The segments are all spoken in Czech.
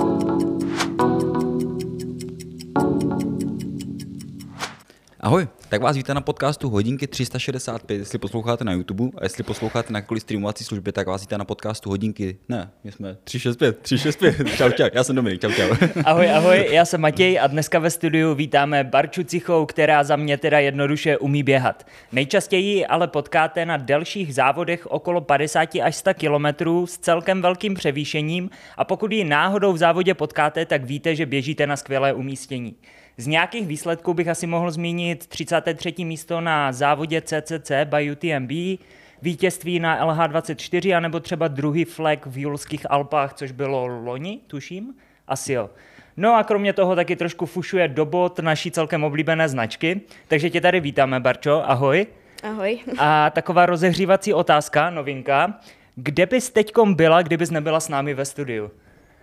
Ahoj, tak vás vítám na podcastu Hodinky 365, jestli posloucháte na YouTube a jestli posloucháte na jakkoliv streamovací službě, tak vás vítám na podcastu Hodinky, my jsme 365, čau, já jsem Dominik, čau. Ahoj, já jsem Matěj a dneska ve studiu vítáme Barču Cichou, která za mě teda jednoduše umí běhat. Nejčastěji ale potkáte na delších závodech okolo 50 až 100 kilometrů s celkem velkým převýšením a pokud ji náhodou v závodě potkáte, tak víte, že běžíte na skvělé umístění. Z nějakých výsledků bych asi mohl zmínit 33. místo na závodě CCC by UTMB, vítězství na LH24 anebo třeba druhý flag v Julských Alpách, což bylo loni, tuším, asi jo. No a kromě toho taky trošku fušuje do bot naší celkem oblíbené značky, takže tě tady vítáme, Barčo, ahoj. Ahoj. A taková rozehřívací otázka, novinka, kde bys teďkom byla, kdybys nebyla s námi ve studiu?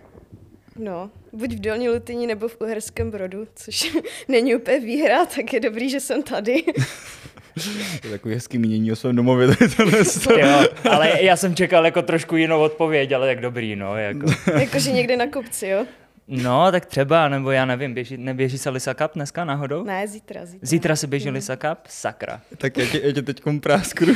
No, buď v Dolní Lutyni nebo v Uherském Brodu, což není úplně výhra, tak je dobrý, že jsem tady. To je takový hezký mínění o svém domově. Jo, ale já jsem čekal jako trošku jinou odpověď, ale tak dobrý, no. Jakože někde na kopci, jo? No, tak třeba, nebo já nevím, neběží se Lisa Cup dneska náhodou? Ne, zítra. Zítra se běží Lisa Cup? Sakra. Tak já tě teďkom prásknu.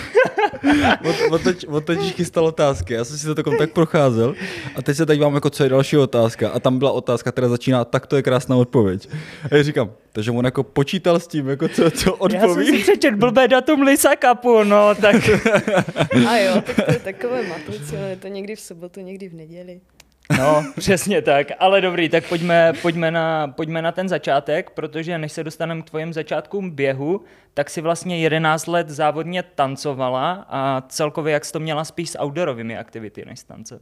Odteď chystal otázky, já jsem si to takom tak procházel a teď se tady vám jako co je další otázka a tam byla otázka, která začíná, tak to je krásná odpověď. A já říkám, takže on jako počítal s tím, jako co odpoví. Já jsem si přečet blbé datum Lisa Cupu, no, tak. A jo, tak to je takové matoucí, ale je to někdy v sobotu, někdy v neděli. No, přesně tak, ale dobrý, tak pojďme na ten začátek, protože než se dostaneme k tvojim začátkům běhu, tak si vlastně 11 let závodně tancovala a celkově jak jsi to měla spíš s outdoorovými aktivity než s tancem?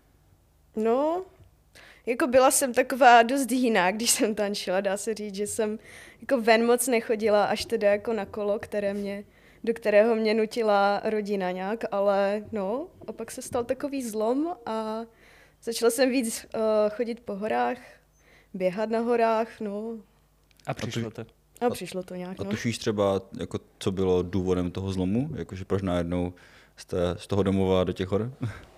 No, jako byla jsem taková dost jiná, když jsem tančila, dá se říct, že jsem jako ven moc nechodila, až teda jako na kolo, do kterého mě nutila rodina nějak, ale no, a pak se stal takový zlom a začala jsem víc chodit po horách, běhat na horách, no. A přišlo to? A přišlo to nějak, A no. tušíš třeba, jako, co bylo důvodem toho zlomu? Jakože proč najednou jste z toho domova do těch hor?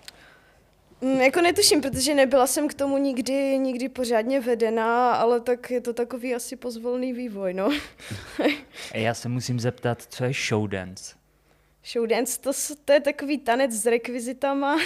Jako netuším, protože nebyla jsem k tomu nikdy pořádně vedená, ale tak je to takový asi pozvolný vývoj, no. Já se musím zeptat, co je showdance? Showdance, to je takový tanec s rekvizitama.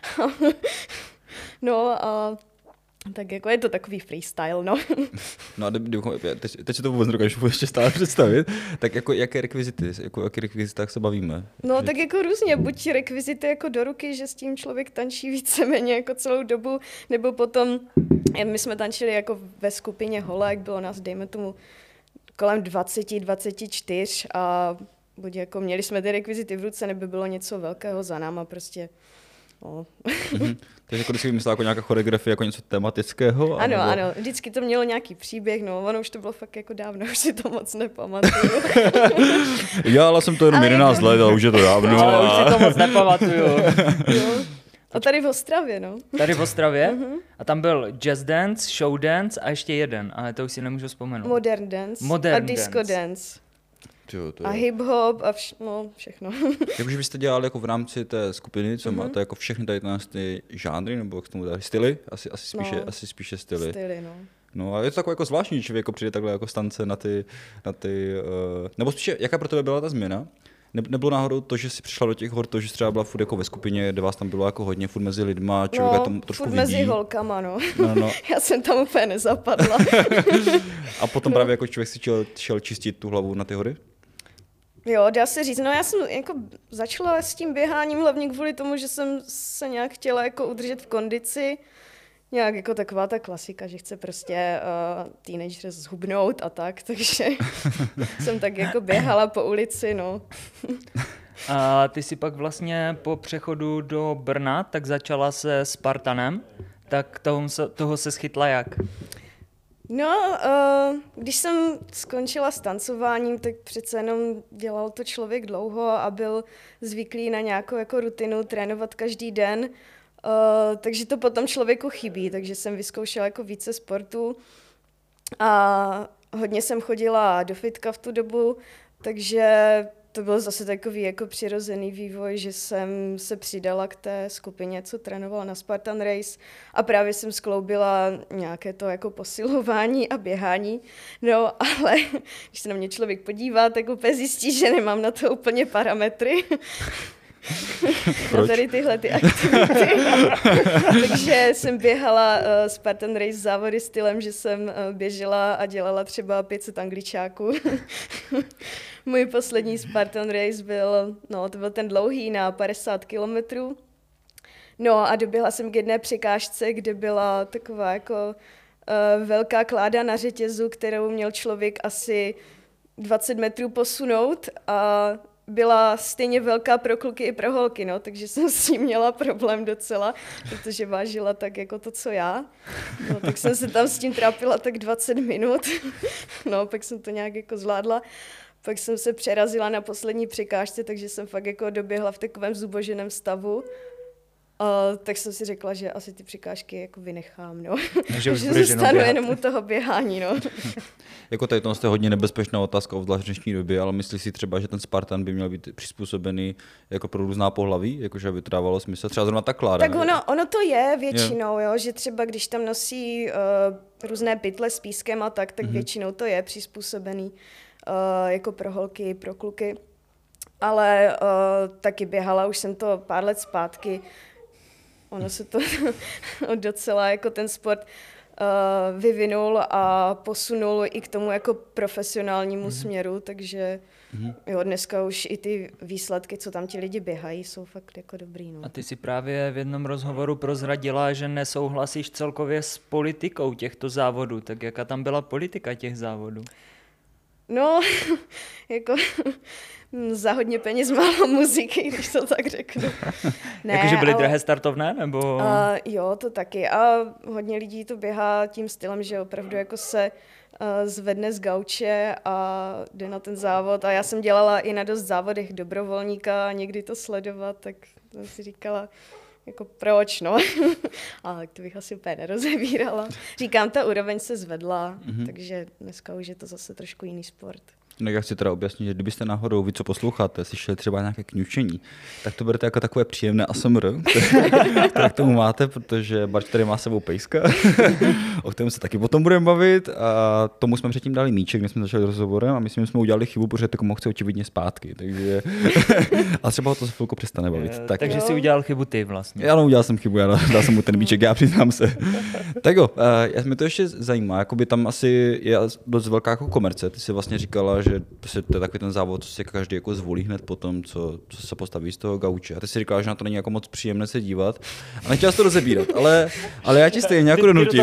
No a tak jako je to takový freestyle, no. No a teď si to vůbec nedokážu ještě stále představit, tak jako jaké rekvizity, jako o jakých rekvizitách se bavíme? No tak jako různě, buď rekvizity jako do ruky, že s tím člověk tančí víceméně jako celou dobu, nebo potom, my jsme tančili jako ve skupině holek, bylo nás dejme tomu kolem 20-24 a buď jako měli jsme ty rekvizity v ruce, nebo bylo něco velkého za náma prostě. No. Takže jako si vymyslela jako nějaká choreografie, jako něco tematického? Ano, vždycky to mělo nějaký příběh, no, ono už to bylo fakt jako dávno, už si to moc nepamatuju. Já ale jsem to jenom 11 let, ale už je to dávno. Ale už si to moc nepamatuju. No. A tady v Ostravě, no. Tady v Ostravě? A tam byl jazz dance, show dance a ještě jeden, ale to už si nemůžu vzpomenout. Modern dance a disco dance. Jo. A hip-hop a všechno. Jakože byste dělali jako v rámci té skupiny, co máte jako všechny tady ty žánry, nebo jak tomu dáš, styly? Asi spíše styly. Styly, no. No a je to takové jako zvláštní, že člověk jako přijde takhle jako stance na ty nebo spíše, jaká pro tebe byla ta změna? Nebylo náhodou to, že jsi přišla do těch hor, to, že jsi třeba byla furt jako ve skupině, kde vás tam bylo jako hodně, furt mezi lidma, člověka tam trošku vidí. Mezi holkama, no. No. Já jsem tam úplně nezapadla. A potom právě jako člověk si šel čistit tu hlavu na ty hory? Jo, dá se říct. No já jsem jako začala s tím běháním hlavně kvůli tomu, že jsem se nějak chtěla jako udržet v kondici. Nějak jako taková ta klasika, že chce prostě teenager zhubnout a tak, takže jsem tak jako běhala po ulici, no. A ty si pak vlastně po přechodu do Brna tak začala se Spartanem, tak toho se schytla jak? No, když jsem skončila s tancováním, tak přece jenom dělal to člověk dlouho a byl zvyklý na nějakou jako rutinu trénovat každý den, takže to potom člověku chybí, takže jsem vyzkoušela jako více sportů a hodně jsem chodila do fitka v tu dobu, takže to byl zase takový jako přirozený vývoj, že jsem se přidala k té skupině, co trénovala na Spartan Race a právě jsem skloubila nějaké to jako posilování a běhání. No, ale když se na mě člověk podívá, tak úplně zjistí, že nemám na to úplně parametry. Na tady tyhle ty aktivity. Takže jsem běhala Spartan Race závody stylem, že jsem běžela a dělala třeba 500 angličáků. Můj poslední Spartan Race byl, to byl ten dlouhý na 50 kilometrů. No a doběhla jsem k jedné překážce, kde byla taková jako velká kláda na řetězu, kterou měl člověk asi 20 metrů posunout a byla stejně velká pro kluky i pro holky, takže jsem s tím měla problém docela, protože vážila tak jako to, co já. No, tak jsem se tam s tím trápila tak 20 minut, pak jsem to nějak jako zvládla. Pak jsem se přerazila na poslední překážce, takže jsem fakt jako doběhla v takovém zuboženém stavu. Tak jsem si řekla, že asi ty překážky jako vynechám, že zůstanu jenom u toho běhání, Jako tady to je hodně nebezpečná otázka, obzvlášť v dnešní době, ale myslíš si třeba, že ten Spartan by měl být přizpůsobený jako pro různá pohlaví, jakože aby to dávalo smysl, třeba zrovna ta Klára. Tak ono to je většinou, že třeba když tam nosí různé pytle s pískem a tak většinou to je přizpůsobený jako pro holky, pro kluky. Ale taky běhala, už jsem to pár let zpátky. Ono se to docela jako ten sport vyvinul a posunul i k tomu jako profesionálnímu směru, takže dneska už i ty výsledky, co tam ti lidi běhají, jsou fakt jako dobrý. A ty si právě v jednom rozhovoru prozradila, že nesouhlasíš celkově s politikou těchto závodů, tak jaká tam byla politika těch závodů? Jako za hodně peněz málo muziky, když to tak řeknu. Ne, jakože byly drahé startovné, nebo? Jo, to taky. A hodně lidí to běhá tím stylem, že opravdu jako se zvedne z gauče a jde na ten závod. A já jsem dělala i na dost závodech dobrovolníka a někdy to sledovat, tak jsem si říkala, jako proč, ale to bych asi úplně nerozebírala. Říkám, ta úroveň se zvedla, takže dneska už je to zase trošku jiný sport. No, já chci teda objasnit, že kdybyste náhodou, vy co posloucháte, slyšeli třeba nějaké kňučení, tak to berete jako takové příjemné ASMR, které k tomu máte, protože Barč tady má s sebou pejska, o kterém se taky potom budeme bavit a tomu jsme předtím dali míček, když jsme začali rozhovorem a myslím, že jsme udělali chybu, protože to chce očividně zpátky, takže a třeba ho to za chvilku přestane bavit. Takže si udělal chybu ty vlastně. Ano, udělal jsem chybu, já dal jsem mu ten míček, já přiznám se. Tak jo, mě to ještě zajímá, jakoby tam asi je dost velká jako komerce, ty si vlastně říkala, že to je takový ten závod, co si každý jako zvolí hned po tom, co se postaví z toho gauče. A ty si říkala, že na to není jako moc příjemné se dívat. A nechtěla to rozebírat, ale já ti stejně jako donutím.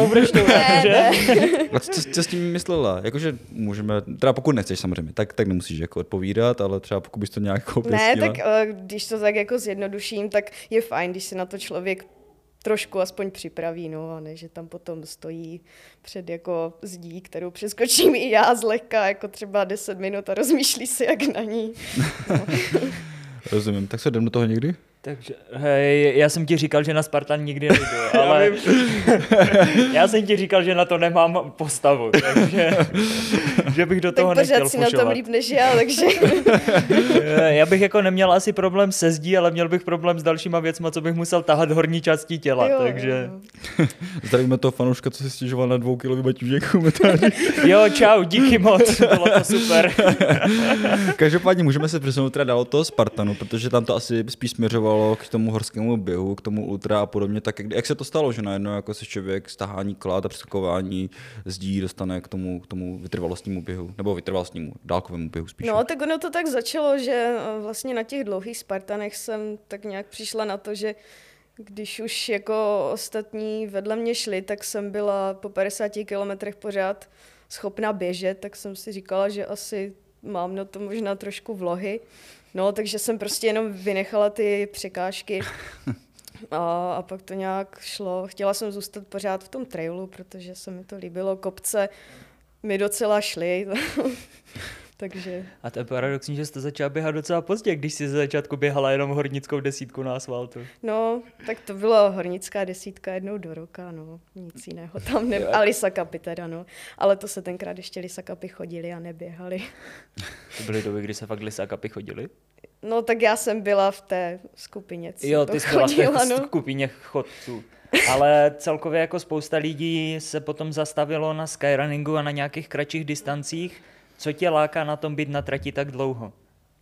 A co s tím myslela? Jakože můžeme, teda pokud nechceš samozřejmě, tak nemusíš jako odpovídat, ale třeba pokud bys to nějak objasnila. Ne, tak když to tak jako zjednoduším, tak je fajn, když se na to člověk trošku aspoň připraví, a ne, že tam potom stojí před jako zdí, kterou přeskočím i já zlehka, jako třeba 10 minut a rozmýšlí si, jak na ní. Rozumím, tak se jdem do toho někdy? Takže, hej, já jsem ti říkal, že na Spartan nikdy nejdu, ale já jsem ti říkal, že na to nemám postavu, takže že bych do toho nechtěl fušovat. Tak pořád si na tom líp než já, takže... Já bych jako neměl asi problém se zdí, ale měl bych problém s dalšíma věcma, co bych musel tahat horní částí těla, takže... Zdravíme toho fanouška, co si stěžoval na 2kilový baťužek. Jo, čau, díky moc, bylo to super. Každopádně můžeme se přesunout teda dál od toho Spartanu, protože tam to asi spíš směřovalo k tomu horskému běhu, k tomu ultra a podobně. Tak jak se to stalo, že najednou jako se člověk stahání klád a přeskakování zdí dostane k tomu vytrvalostnímu běhu, nebo vytrvalostnímu dálkovému běhu spíš? No, tak ono to tak začalo, že vlastně na těch dlouhých Spartanech jsem tak nějak přišla na to, že když už jako ostatní vedle mě šli, tak jsem byla po 50 kilometrech pořád schopna běžet, tak jsem si říkala, že asi mám na to možná trošku vlohy. No, takže jsem prostě jenom vynechala ty překážky a pak to nějak šlo. Chtěla jsem zůstat pořád v tom trailu, protože se mi to líbilo. Kopce mi docela šly. Takže... A to je paradoxní, že jste začala běhat docela pozdě, když jsi ze začátku běhala jenom hornickou desítku na asfaltu. No, tak to byla hornická desítka jednou do roka, no, nic jiného tam nebylo. A lisakapy teda, no. Ale to se tenkrát ještě lisakapy chodili a neběhali. To byly doby, kdy se fakt lisakapy chodili? No, tak já jsem byla v té skupině, co Jo, to ty jsi byla v chodila, té no. skupině chodců. Ale celkově jako spousta lidí se potom zastavilo na skyrunningu a na nějakých kratších distancích. Co tě láká na tom být na trati tak dlouho?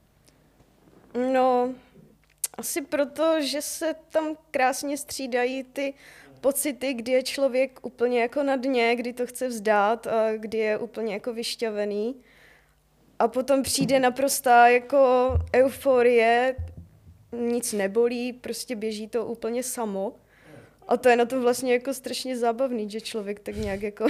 No, asi proto, že se tam krásně střídají ty pocity, kdy je člověk úplně jako na dně, kdy to chce vzdát a kdy je úplně jako vyšťavený. A potom přijde naprostá jako euforie, nic nebolí, prostě běží to úplně samo. A to je na tom vlastně jako strašně zábavný, že člověk tak nějak jako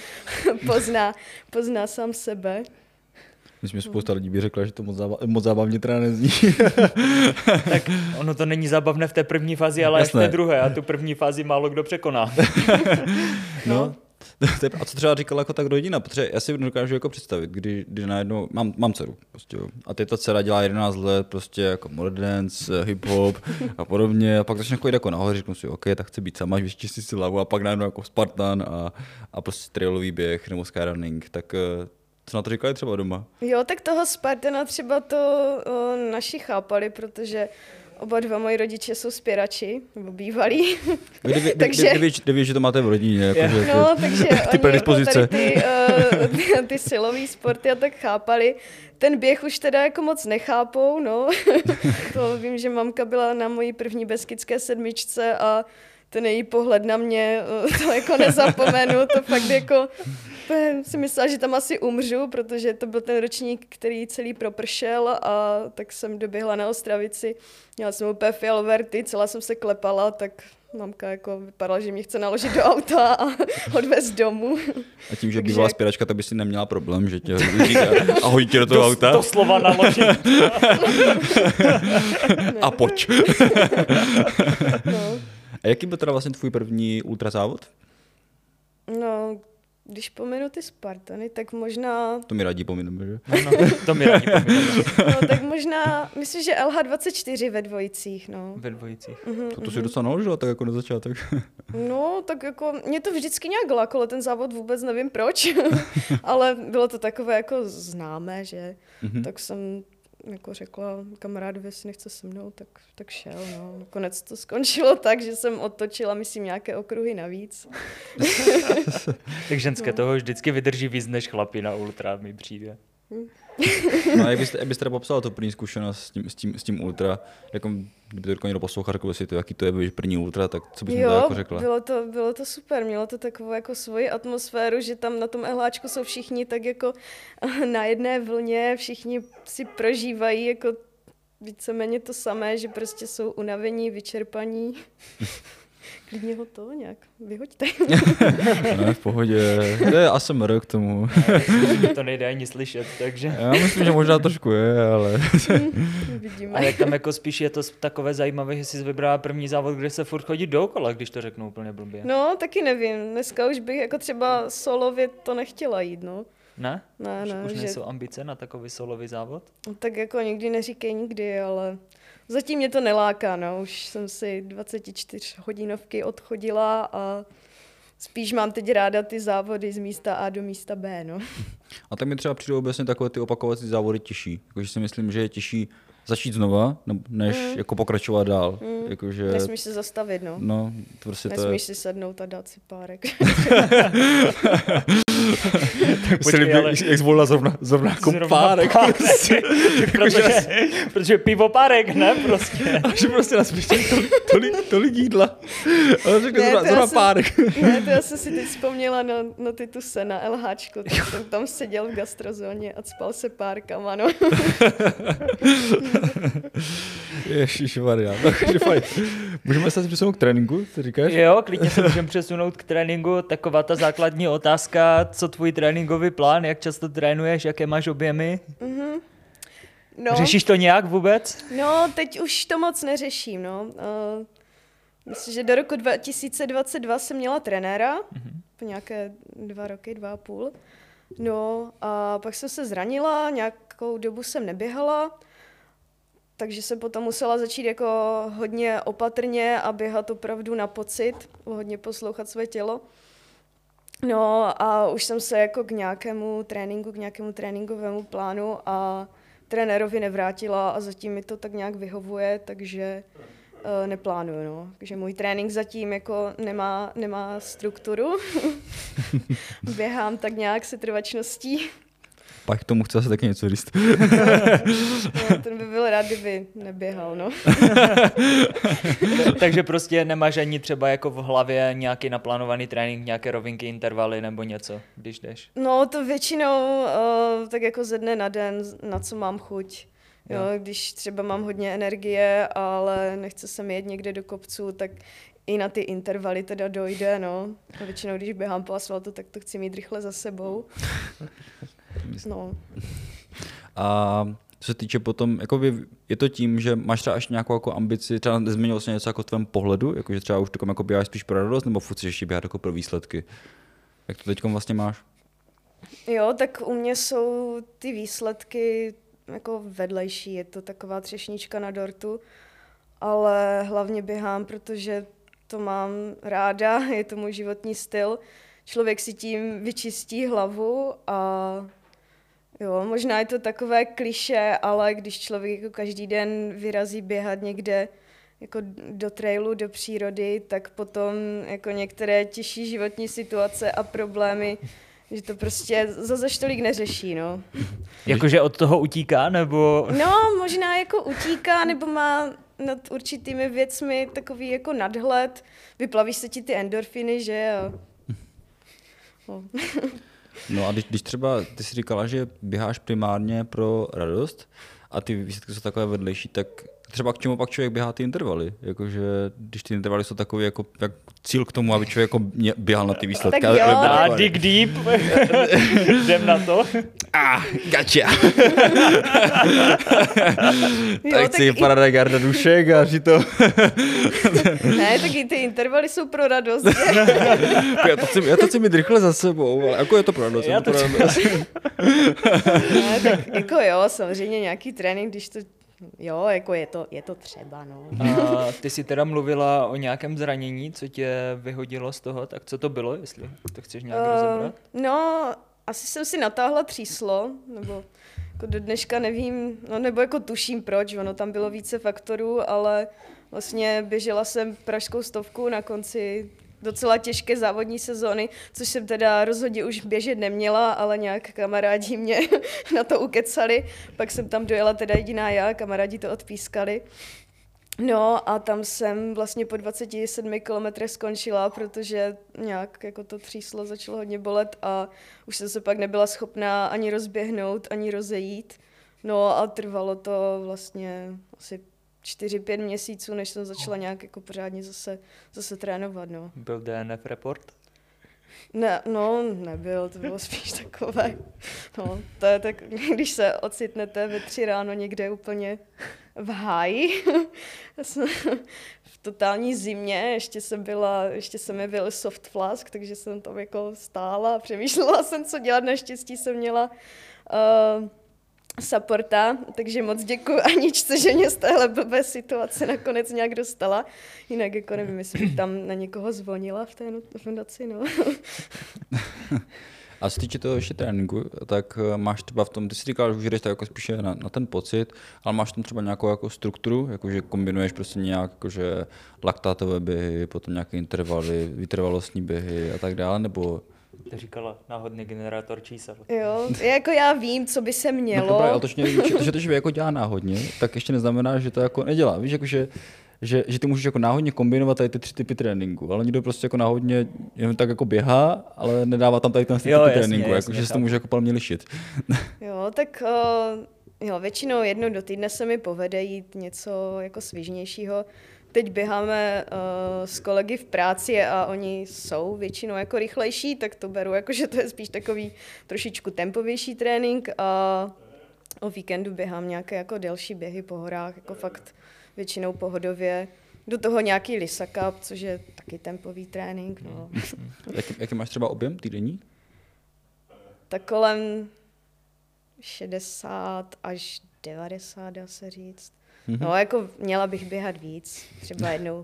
pozná sám sebe. Myslím, že spousta lidí by řekla, že to moc zábavně teda nezní. Tak ono to není zábavné v té první fázi, ale až v té druhé. A tu první fázi málo kdo překoná. No. A co třeba říkala jako tak rodina, protože já si dokážu jako představit, když najednou, mám dceru, prostě, jo, a teď ta dcera dělá 11 let, prostě jako modern dance, hip-hop a podobně, a pak začne chodit jako nahoře, řeknu si, OK, tak chci být sama, vyčistit si hlavu, a pak najednou jako Spartan a prostě trailový běh nebo skyrunning, tak co na to říkali třeba doma? Jo, tak toho Spartana třeba to naši chápali, protože oba dva moji rodiče jsou spěrači, nebo bývalí. Takže víš, že to máte v rodině. Jako, že no, takže ty predispozice. Jako ty silový sporty a tak chápali. Ten běh už teda jako moc nechápou, no. To vím, že mamka byla na mojí první beskydské 7 a ten její pohled na mě, to jako nezapomenu, to fakt jako si myslela, že tam asi umřu, protože to byl ten ročník, který celý propršel a tak jsem doběhla na Ostravici. Měla jsem úplně fialové rty, celá jsem se klepala, tak mamka jako vypadala, že mě chce naložit do auta a odvést domů. A tím, že bývala zpěračka, tak by si neměla problém, že tě a hodí tě do toho auta? Doslova naložit. A pojď. No. A jaký byl teda vlastně tvůj první ultrazávod? No, když pominu ty Spartany, tak možná... To mi radí pomineme, že? No, to mi radí pomineme. No, tak možná, myslím, že LH24 ve dvojicích, no. Ve dvojicích. To si docela naložila, tak jako na začátek. No, tak jako, mě to vždycky nějak lákalo, ten závod vůbec nevím proč, ale bylo to takové jako známé, že tak jsem jako řekla kamarádovi, jestli nechce se mnou, tak šel, no. Nakonec to skončilo tak, že jsem odtočila, myslím, nějaké okruhy navíc. Tak ženské toho vždycky vydrží víc než chlapi na ultra, mi přijde. No a jak byste teda popsala tu první zkušenost s tím ultra, jako kdyby to někdo poslouchal, řekl si to, jaký to je první ultra, tak co bys mu to jako řekla? Bylo to super, mělo to takovou jako svoji atmosféru, že tam na tom ehláčku jsou všichni tak jako na jedné vlně, všichni si prožívají jako víceméně to samé, že prostě jsou unavení, vyčerpaní. Klidně ho to nějak vyhoďte. Ne, v pohodě. To je ASMR k tomu. To nejde ani slyšet, takže... Já myslím, že možná trošku je, ale... Vidíme. A jak tam jako spíš je to takové zajímavé, že jsi vybrala první závod, kde se furt chodí dookola, když to řeknu úplně blbě. No, taky nevím. Dneska už bych jako třeba solově to nechtěla jít, no. Ne? Ne, už nejsou ambice na takový solový závod? Tak jako nikdy neříkej nikdy, ale zatím mě to neláká, no. Už jsem si 24 hodinovky odchodila a spíš mám teď ráda ty závody z místa A do místa B, no. A tak mi třeba přijdou obecně takové ty opakovací závody těžší. Jakože si myslím, že je těžší začít znova, než jako pokračovat dál. Jakože... Nesmíš se zastavit, no. No, to prostě nesmíš si sednout a dát si párek. Počkej, ale... Jak zvolila zrovna jako párek. Protože pivo párek, ne? Prostě. A že prostě na směště tolik jídla. Ale řekne zrovna párek. Ne, to já jsem si teď vzpomněla na ty tuse na LHčku. Tak jsem tam seděl v gastrozóně a spal se párkama, no. Ježišmarja, takže fajn. Můžeme se přesunout k tréninku, co říkáš? Jo, klidně se můžeme přesunout k tréninku. Taková ta základní otázka, co tvůj tréninkový plán, jak často trénuješ, jaké máš objemy? No. Řešíš to nějak vůbec? No, teď už to moc neřeším, no. Myslím, že do roku 2022 jsem měla trenéra, po nějaké 2 roky, 2,5. No a pak jsem se zranila, nějakou dobu jsem neběhala, takže jsem potom musela začít jako hodně opatrně a běhat opravdu na pocit, hodně poslouchat své tělo. No a už jsem se jako k nějakému tréninkovému plánu a trenérovi nevrátila a zatím mi to tak nějak vyhovuje, takže neplánuju, no. Takže můj trénink zatím jako nemá strukturu. Běhám tak nějak se trvačností. Pak k tomu chci asi taky něco říct. No, ten by byl rád, kdyby neběhal, no. Takže prostě nemáš ani třeba jako v hlavě nějaký naplánovaný trénink, nějaké rovinky, intervaly nebo něco, když jdeš? No to většinou tak jako ze dne na den, na co mám chuť. Jo, když třeba mám hodně energie, ale nechce se mi jet někde do kopců, tak i na ty intervaly teda dojde, no. A většinou, když běhám po asfaltu, tak to chci mít rychle za sebou. No. A co se týče potom, jakoby, je to tím, že máš třeba až nějakou jako ambici, třeba změnilo se něco jako v tvém pohledu, jakože třeba už takom jako běháš spíš pro radost, nebo furt ještě běhat jako pro výsledky? Jak to teď vlastně máš? Jo, tak u mě jsou ty výsledky jako vedlejší, je to taková třešnička na dortu, ale hlavně běhám, protože to mám ráda, je to můj životní styl. Člověk si tím vyčistí hlavu a jo, možná je to takové klišé, ale když člověk jako každý den vyrazí běhat někde jako do trailu, do přírody, tak potom jako některé těžší životní situace a problémy, že to prostě zase tolik neřeší, no. Jakože od toho utíká, nebo? No, možná jako utíká, nebo má nad určitými věcmi takový jako nadhled, vyplaví se ti ty endorfiny, že jo. No. No a když třeba ty jsi říkala, že běháš primárně pro radost a ty výsledky jsou takové vedlejší, tak třeba k čemu pak člověk běhá ty intervaly? Jakože když ty intervaly jsou takové jako jak cíl k tomu, aby člověk jako běhal na ty výsledky. Tak jo. A dig deep, jdem na to. Gotcha. Jo, Tak si Parada Garda Dušek a to. Ne, tak i ty intervaly jsou pro radost. Já to chci mít rychle za sebou, ale jako je to pro radost. Ne, tak jako jo, samozřejmě nějaký trénink, když to jo, jako je to třeba, no. A ty jsi teda mluvila o nějakém zranění, co tě vyhodilo z toho, tak co to bylo, jestli to chceš nějak rozebrat? No, asi jsem si natáhla tříslo, nebo jako do dneška nevím, no nebo jako tuším proč, ono tam bylo více faktorů, ale vlastně běžela jsem pražskou 100 na konci docela těžké závodní sezóny, což jsem teda rozhodně už běžet neměla, ale nějak kamarádi mě na to ukecali. Pak jsem tam dojela teda jediná já, kamarádi to odpískali. No a tam jsem vlastně po 27 kilometrech skončila, protože nějak jako to tříslo začalo hodně bolet a už jsem se pak nebyla schopná ani rozběhnout, ani rozejít. No a trvalo to vlastně asi 4-5 měsíců, než jsem začala nějak jako pořádně zase trénovat, no. Byl DNF report? Ne, no, nebyl, to bylo spíš takové, no, to je tak, když se ocitnete ve 3 ráno někde úplně v háji, v totální zimě, ještě jsem mi byl soft flask, takže jsem tam jako stála a přemýšlela jsem, co dělat, naštěstí jsem měla supporta, takže moc děkuji Aničce, že mě z téhle blbé situace nakonec nějak dostala. Jinak jako nevím, jestli bych tam na někoho zvonila v té noci, no. A co týče toho ještě tréninku, tak máš třeba v tom, ty jsi říkal, že jdeš tak jako spíše na ten pocit, ale máš tam třeba nějakou jako strukturu, jakože kombinuješ prostě nějak jakože laktátové běhy, potom nějaké intervaly, vytrvalostní běhy a tak dále, nebo... Ty říkala náhodný generátor čísel. Jo, jako já vím, co by se mělo. No dobré, ale to, že to člověk jako dělá náhodně, tak ještě neznamená, že to jako nedělá. Víš, jakože že ty můžeš jako náhodně kombinovat tady ty 3 typy tréninku, ale někdo prostě jako náhodně jenom tak jako běhá, ale nedává tam tady ten typ tréninku, jakože se to může jako palmě lišit. Jo, tak jo, většinou jednou do týdne se mi povede jít něco jako svižnějšího. Teď běháme s kolegy v práci a oni jsou většinou jako rychlejší, tak to beru jako, že to je spíš takový trošičku tempovější trénink a o víkendu běhám nějaké jako delší běhy po horách, jako fakt většinou pohodově. Do toho nějaký Lisa Cup, což je taky tempový trénink. No. Jaký máš třeba objem týdenní? tak kolem 60 až 90, dá se říct. No, jako měla bych běhat víc, třeba jednou.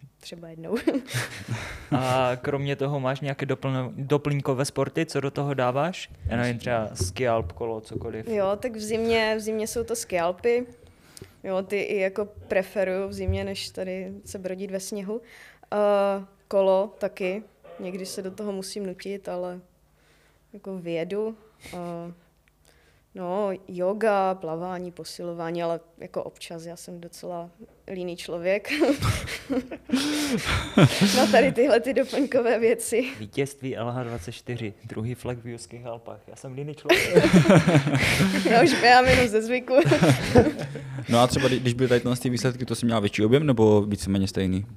A kromě toho máš nějaké doplňkové sporty, co do toho dáváš? Já nevím, třeba ski, alp, kolo, cokoliv. Jo, tak v zimě jsou to ski alpy. Jo, ty i jako preferuju v zimě, než tady se brodit ve sněhu. Kolo taky. Někdy se do toho musím nutit, ale jako vyjedu. No, yoga, plavání, posilování, ale jako občas, já jsem docela líný člověk. No tady tyhle ty doplňkové věci. Vítězství LH24, druhý flag v Jurských Alpách. Já jsem líný člověk. Já už běhám jenom ze zvyku. No a třeba když byly tady ty výsledky, to jsi měla větší objem nebo víceméně stejný?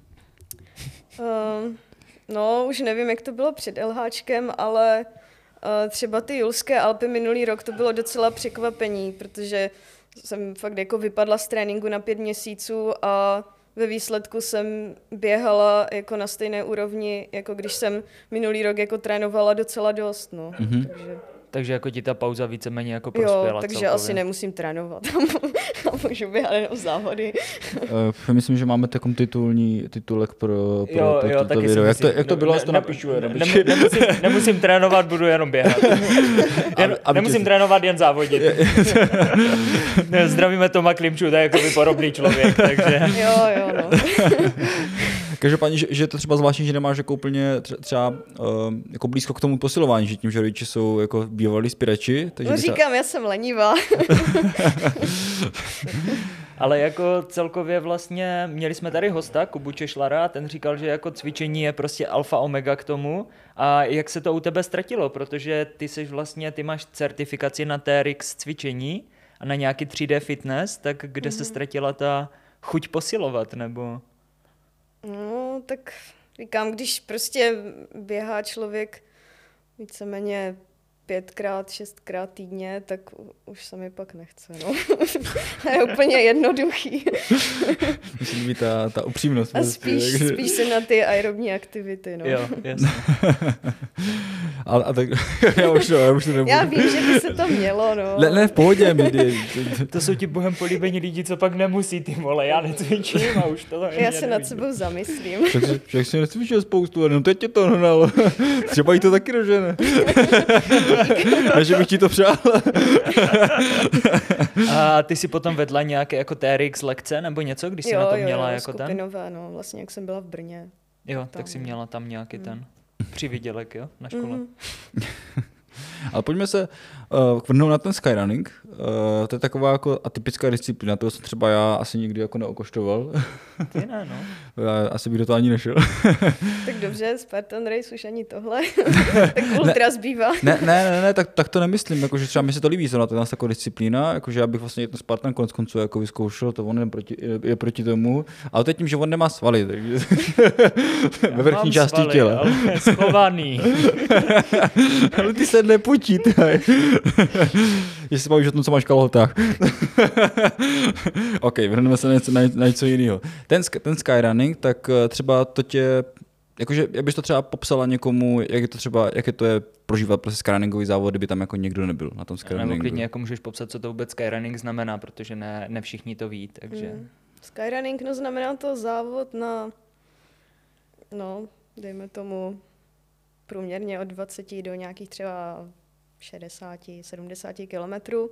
No, už nevím, jak to bylo před LHčkem, ale třeba ty Julské Alpy minulý rok to bylo docela překvapení, protože jsem fakt jako vypadla z tréninku na 5 měsíců a ve výsledku jsem běhala jako na stejné úrovni, jako když jsem minulý rok jako trénovala docela dost. No. Takže jako ti ta pauza víceméně jako prospěla. Jo, takže celkově. Asi nemusím trénovat. Můžu běhat jenom závody. Myslím, že máme takový titulek pro toto video. Jak to bylo, to napíšu. Nemusím trénovat, budu jenom běhat. Nemusím trénovat, jen závodit. Zdravíme Toma Klimču, to je jako podobný člověk. Takže. Jo, no. Každopádně, že je to třeba zvláštní, že nemáš jako úplně třeba jako blízko k tomu posilování, že tím, že rodiče jsou jako bývalí spěrači. No říkám, já jsem lenivá. Ale jako celkově vlastně měli jsme tady hosta, Kubu Češlara, ten říkal, že jako cvičení je prostě alfa omega k tomu. A jak se to u tebe ztratilo? Protože ty máš certifikaci na TRX cvičení a na nějaký 3D fitness, tak kde se ztratila ta chuť posilovat, nebo... No, tak říkám, když prostě běhá člověk víceméně 5x, 6x týdně, tak už se mi pak nechce, no. Je úplně jednoduchý. Musí být ta upřímnost. A spíš se na ty aerobní aktivity, no. Jo, jasně. A tak já už to nebudu. Já vím, že by se to mělo, no. Ne, v pohodě. To jsou ti bohem políbení lidi, co pak nemusí, ty vole, já necvičím a už to já se nad sebou zamyslím. Však si necvičil spoustu, no teď tě to hnalo. Třeba jí to taky dožene. A že bych ti to přál. A ty si potom vedla nějaké jako TRX lekce nebo něco, když jsi na to měla jako skupinové, ten? No, vlastně jak jsem byla v Brně. Jo, tak jsi měla tam nějaký ten přivydělek, jo, na škole. Ale pojďme se vrhnout na ten skyrunning. To je taková jako atypická disciplína, toho jsem třeba já asi nikdy jako neokoštoval. Ty ne, no. Já asi bych do toho ani nešel. Tak dobře, Spartan Race už ani tohle. Tak ultra zbývá. Ne, tak to nemyslím, jakože třeba mi se to líbí, zrovna to je taková disciplína, jakože já bych vlastně ten Spartan konec konců jako vyzkoušel, to on je proti tomu, ale to je tím, že on nemá svaly, takže ve vrchní části těla. Ale schovaný. Ale ty se nepočítaj. Že si bavíš o tom, co máš v kalhotách. OK, vrhneme se na něco jiného. Ten skyrunning, tak třeba to tě, jakože, jak bys to třeba popsala někomu, jak je to prožívat prostě skyrunningový závod, kdyby tam jako někdo nebyl na tom skyrunningu. Nebo klidně jako můžeš popsat, co to vůbec skyrunning znamená, protože ne všichni to ví, takže... Skyrunning, no znamená to závod na, no, dejme tomu, průměrně od 20 do nějakých třeba 60-70 kilometrů.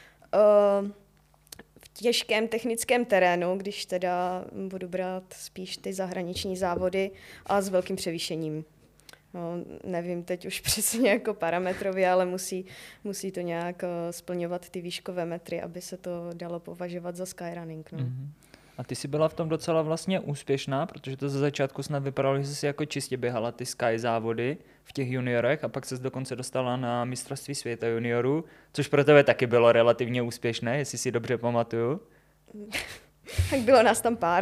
V těžkém technickém terénu, když teda budu brát spíš ty zahraniční závody a s velkým převýšením. No, nevím teď už přesně jako parametrově, ale musí to nějak splňovat ty výškové metry, aby se to dalo považovat za skyrunning. No. Mm-hmm. A ty jsi byla v tom docela vlastně úspěšná, protože to ze začátku snad vypadalo, že jsi jako čistě běhala ty sky závody v těch juniorech a pak ses dokonce dostala na mistrovství světa juniorů, což pro tebe taky bylo relativně úspěšné, jestli si dobře pamatuju. Tak bylo nás tam pár.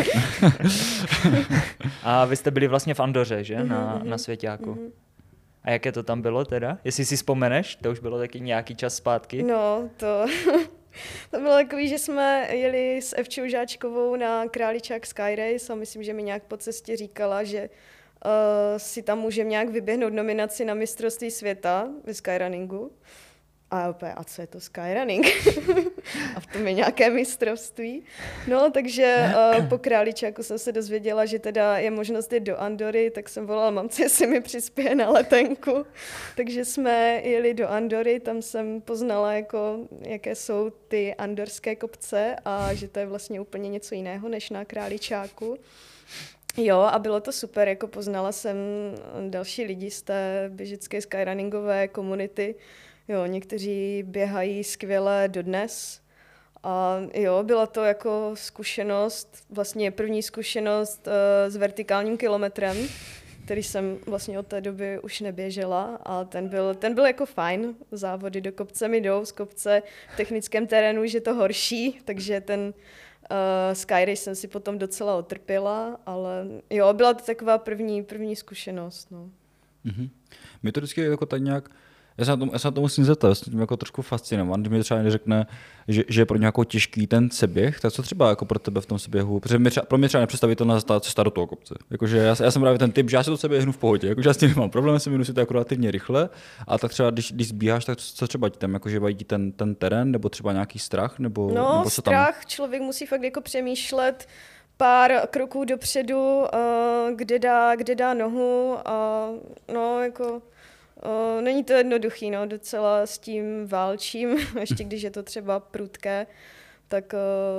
A vy jste byli vlastně v Andoře, že? Na svěťáku. A jaké to tam bylo teda? Jestli si vzpomeneš, to už bylo taky nějaký čas zpátky. No, to bylo takový, že jsme jeli s Evčou Žáčkovou na Králičák Sky Race a myslím, že mi nějak po cestě říkala, že si tam můžeme nějak vyběhnout nominaci na mistrovství světa ve skyrunningu. A opět, a co je to skyrunning? A v tom je nějaké mistrovství. No, takže po Králičáku jsem se dozvěděla, že teda je možnost jít do Andory, tak jsem volala mamce, jestli mi přispěje na letenku. Takže jsme jeli do Andory, tam jsem poznala, jako, jaké jsou ty andorské kopce a že to je vlastně úplně něco jiného než na Králičáku. Jo, a bylo to super, jako poznala jsem další lidi z té běžické skyrunningové komunity. Jo, někteří běhají skvěle dodnes. A jo, byla to jako zkušenost, vlastně první zkušenost s vertikálním kilometrem, který jsem vlastně od té doby už neběžela a ten byl jako fajn. Závody do kopce mi jdou, z kopce v technickém terénu už je to horší, takže ten Skyrace jsem si potom docela otrpěla, ale jo, byla to taková první zkušenost. No. Mm-hmm. Mě to vždycky jako tak nějak, já se na to musím zeptat, jsem tím jako trošku fascinován, když mi třeba někdo řekne, že je pro nějakou těžký ten seběh, tak co třeba jako pro tebe v tom seběhu, protože pro mě třeba nepředstavitelná cesta do toho kopce. Jakože já jsem právě ten typ, že já si to seběhnu v pohodě, jakože já s tím nemám problém, se si to jako relativně rychle, a tak třeba když zbíháš, tak co třeba ti tam, jakože vadí ten terén, nebo třeba nějaký strach, nebo co strach, tam? Člověk musí fakt jako přemýšlet pár kroků dopředu, kde dá nohu a no jako... Není to jednoduchý, no, docela s tím válčím, ještě když je to třeba prudké, tak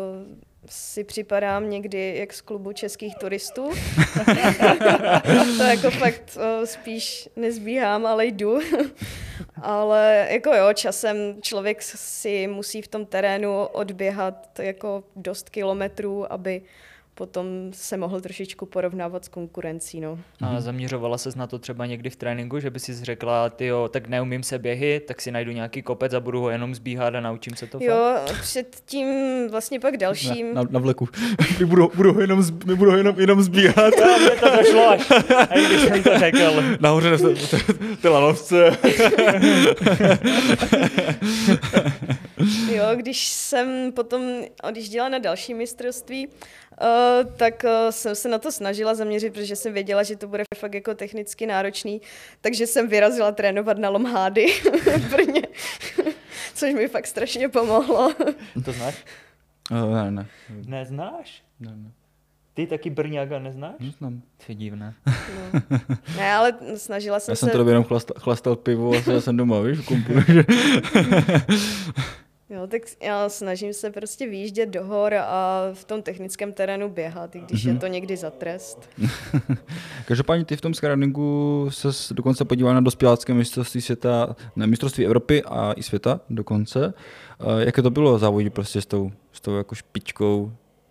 si připadám někdy jak z klubu českých turistů. To jako fakt spíš nezbíhám, ale jdu. Ale jako jo, časem člověk si musí v tom terénu odběhat jako dost kilometrů, aby potom se mohl trošičku porovnávat s konkurencí. No. A zaměřovala ses na to třeba někdy v tréninku, že by si řekla, tyjo, tak neumím se běhy, tak si najdu nějaký kopec a budu ho jenom zbíhat a naučím se to? Jo, před tím vlastně pak dalším... Na vleku. Budu ho jenom zbíhat. Jo, mě to došlo až, když jsem to řekl. Nahoře ty lanovce. Jo, když jsem potom odjížděla na další mistrovství, tak jsem se na to snažila zaměřit, protože jsem věděla, že to bude fakt jako technicky náročný, takže jsem vyrazila trénovat na Lomhády v Brně, což mi fakt strašně pomohlo. To znáš? Ne. Neznáš? Ne. Ty taky Brňáka neznáš? Neznám. To je divné. No. Ne, ale snažila jsem se... Já jsem to jenom chlastal pivo a já jsem doma, víš, kumpu. Jo, tak já snažím se prostě vyjíždět do hor a v tom technickém terénu běhat, i když je to někdy za trest. Každopádně ty v tom skyrunningu se dokonce podíval na dospělácké mistrovství světa, na mistrovství Evropy a i světa dokonce. Jaké to bylo závodit prostě s tou jako špičkou?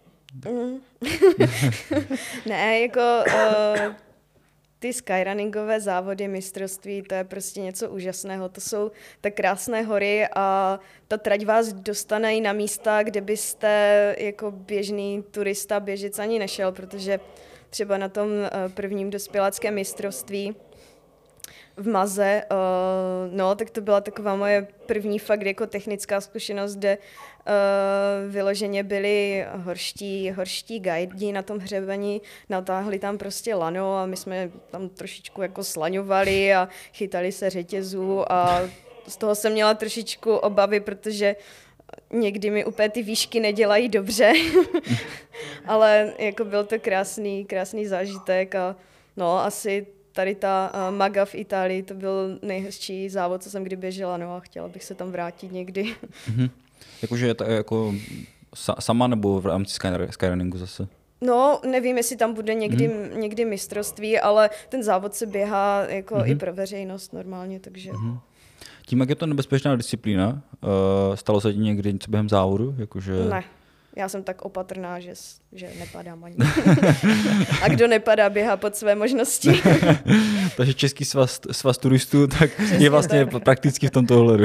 Ne, jako... Ty skyrunningové závody, mistrovství, to je prostě něco úžasného. To jsou tak krásné hory a ta trať vás dostane i na místa, kde byste jako běžný turista běžec ani nešel, protože třeba na tom prvním dospěláckém mistrovství v Maze, no, tak to byla taková moje první fakt jako technická zkušenost, kde vyloženě byli horští guidi na tom hřebeni, natáhli tam prostě lano a my jsme tam trošičku jako slaňovali a chytali se řetězů a z toho jsem měla trošičku obavy, protože někdy mi úplně ty výšky nedělají dobře, ale jako byl to krásný zážitek a no asi tady ta Maga v Itálii, to byl nejhezčí závod, co jsem kdy běžela, no a chtěla bych se tam vrátit někdy. Mm-hmm. Jakože jako sama nebo v rámci skyrunningu zase? No, nevím, jestli tam bude někdy mistrovství, ale ten závod se běhá jako i pro veřejnost normálně, takže... Tím, jak je to nebezpečná disciplína, stalo se ti někdy něco během závodu? Jakože... Ne. Já jsem tak opatrná, že nepadám ani. A kdo nepadá, běhá pod své možnosti. Takže Český svaz turistů tak je vlastně tak. Prakticky v tomto ohledu.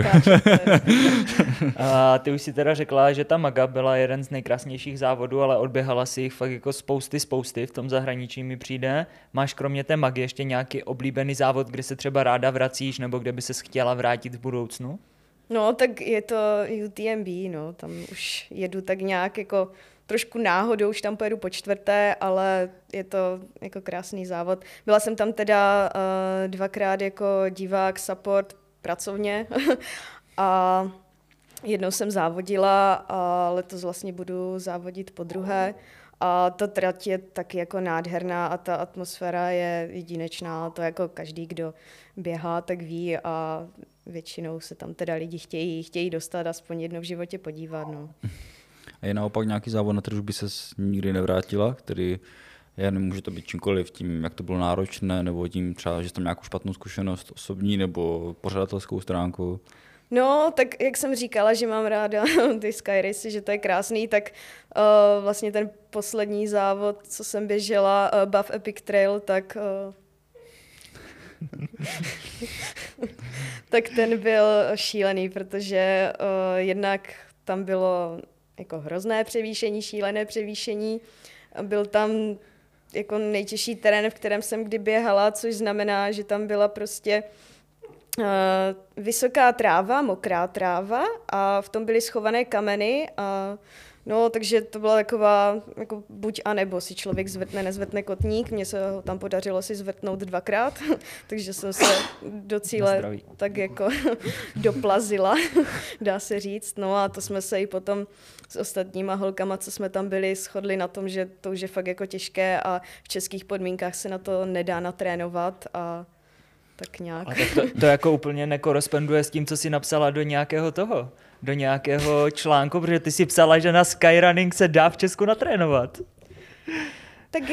A ty už si teda řekla, že ta Maga byla jeden z nejkrásnějších závodů, ale odběhala si jich fakt jako spousty v tom zahraničí mi přijde. Máš kromě té Magy ještě nějaký oblíbený závod, kde se třeba ráda vracíš nebo kde by ses chtěla vrátit v budoucnu? No, tak je to UTMB, no, tam už jedu tak nějak jako trošku náhodou, už tam pojedu po čtvrté, ale je to jako krásný závod. Byla jsem tam teda 2krát jako divák, support, pracovně a jednou jsem závodila a letos vlastně budu závodit podruhé. A ta trať je taky jako nádherná a ta atmosféra je jedinečná. To jako každý, kdo běhá, tak ví a většinou se tam teda lidi chtějí dostat aspoň jednou v životě podívat. No. A je naopak nějaký závod, na který už by ses nikdy nevrátila, který nemůže to být čímkoliv, tím, jak to bylo náročné, nebo tím třeba, že jsi tam nějakou špatnou zkušenost osobní nebo pořadatelskou stránku? No, tak jak jsem říkala, že mám ráda ty sky race, že to je krásný, tak vlastně ten poslední závod, co jsem běžela, Buff Epic Trail, tak tak ten byl šílený, protože jednak tam bylo jako hrozné převýšení, šílené převýšení. Byl tam jako nejtěžší terén, v kterém jsem kdy běhala, což znamená, že tam byla prostě vysoká tráva, mokrá tráva a v tom byly schované kameny a no, takže to byla taková jako buď a nebo si člověk zvrtne, nezvrtne kotník. Mně se ho tam podařilo si zvrtnout 2krát, takže jsem se do cíle tak jako doplazila, dá se říct. No a to jsme se i potom s ostatníma holkama, co jsme tam byli, shodli na tom, že to už je fakt jako těžké a v českých podmínkách se na to nedá natrénovat a tak nějak. A tak to jako úplně nekoresponduje s tím, co jsi napsala do nějakého článku, protože ty si psala, že na skyrunning se dá v Česku natrénovat. Tak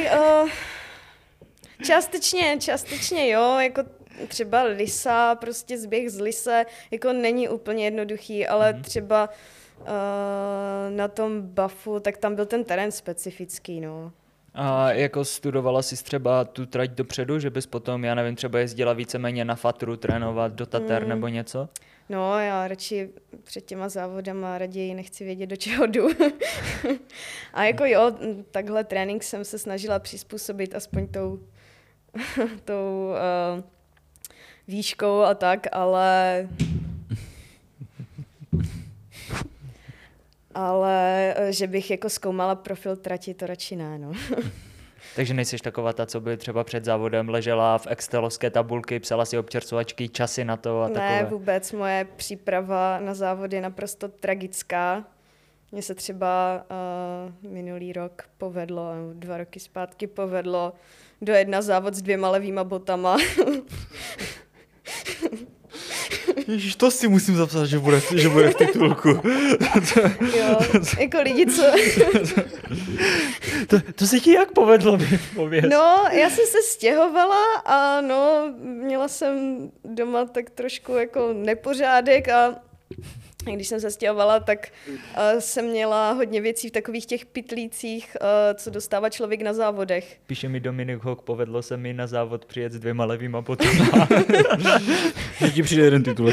částečně jo, jako třeba Lisa, prostě zběh z Lise, jako není úplně jednoduchý, ale třeba na tom buffu, tak tam byl ten terén specifický, no. A jako studovala jsi třeba tu trať dopředu, že bys potom, já nevím, třeba jezdila víceméně na fatru trénovat do Tater nebo něco? No, já radši před těma závodama raději nechci vědět, do čeho jdu. A jako jo, takhle trénink jsem se snažila přizpůsobit aspoň tou výškou a tak, ale že bych jako zkoumala profil trati, to radši ne, no. Takže nejsiš taková ta, co by třeba před závodem ležela v excelovské tabulky, psala si občerstvovačky, časy na to a takové? Ne, vůbec. Moje příprava na závody je naprosto tragická. Mně se třeba minulý rok povedlo, 2 roky zpátky povedlo dojet na závod s 2 levýma botama. Ježiš, to si musím zapsat, že bude v titulku. Jo, jako lidi, co... To se ti jak povedlo, pověz? No, já jsem se stěhovala a no, měla jsem doma tak trošku jako nepořádek a když jsem se stěhovala, tak jsem měla hodně věcí v takových těch pytlících, co dostává člověk na závodech. Píše mi Dominik Hock, povedlo se mi na závod přijet s 2 levýma botama. Že ti přijde jeden titulek.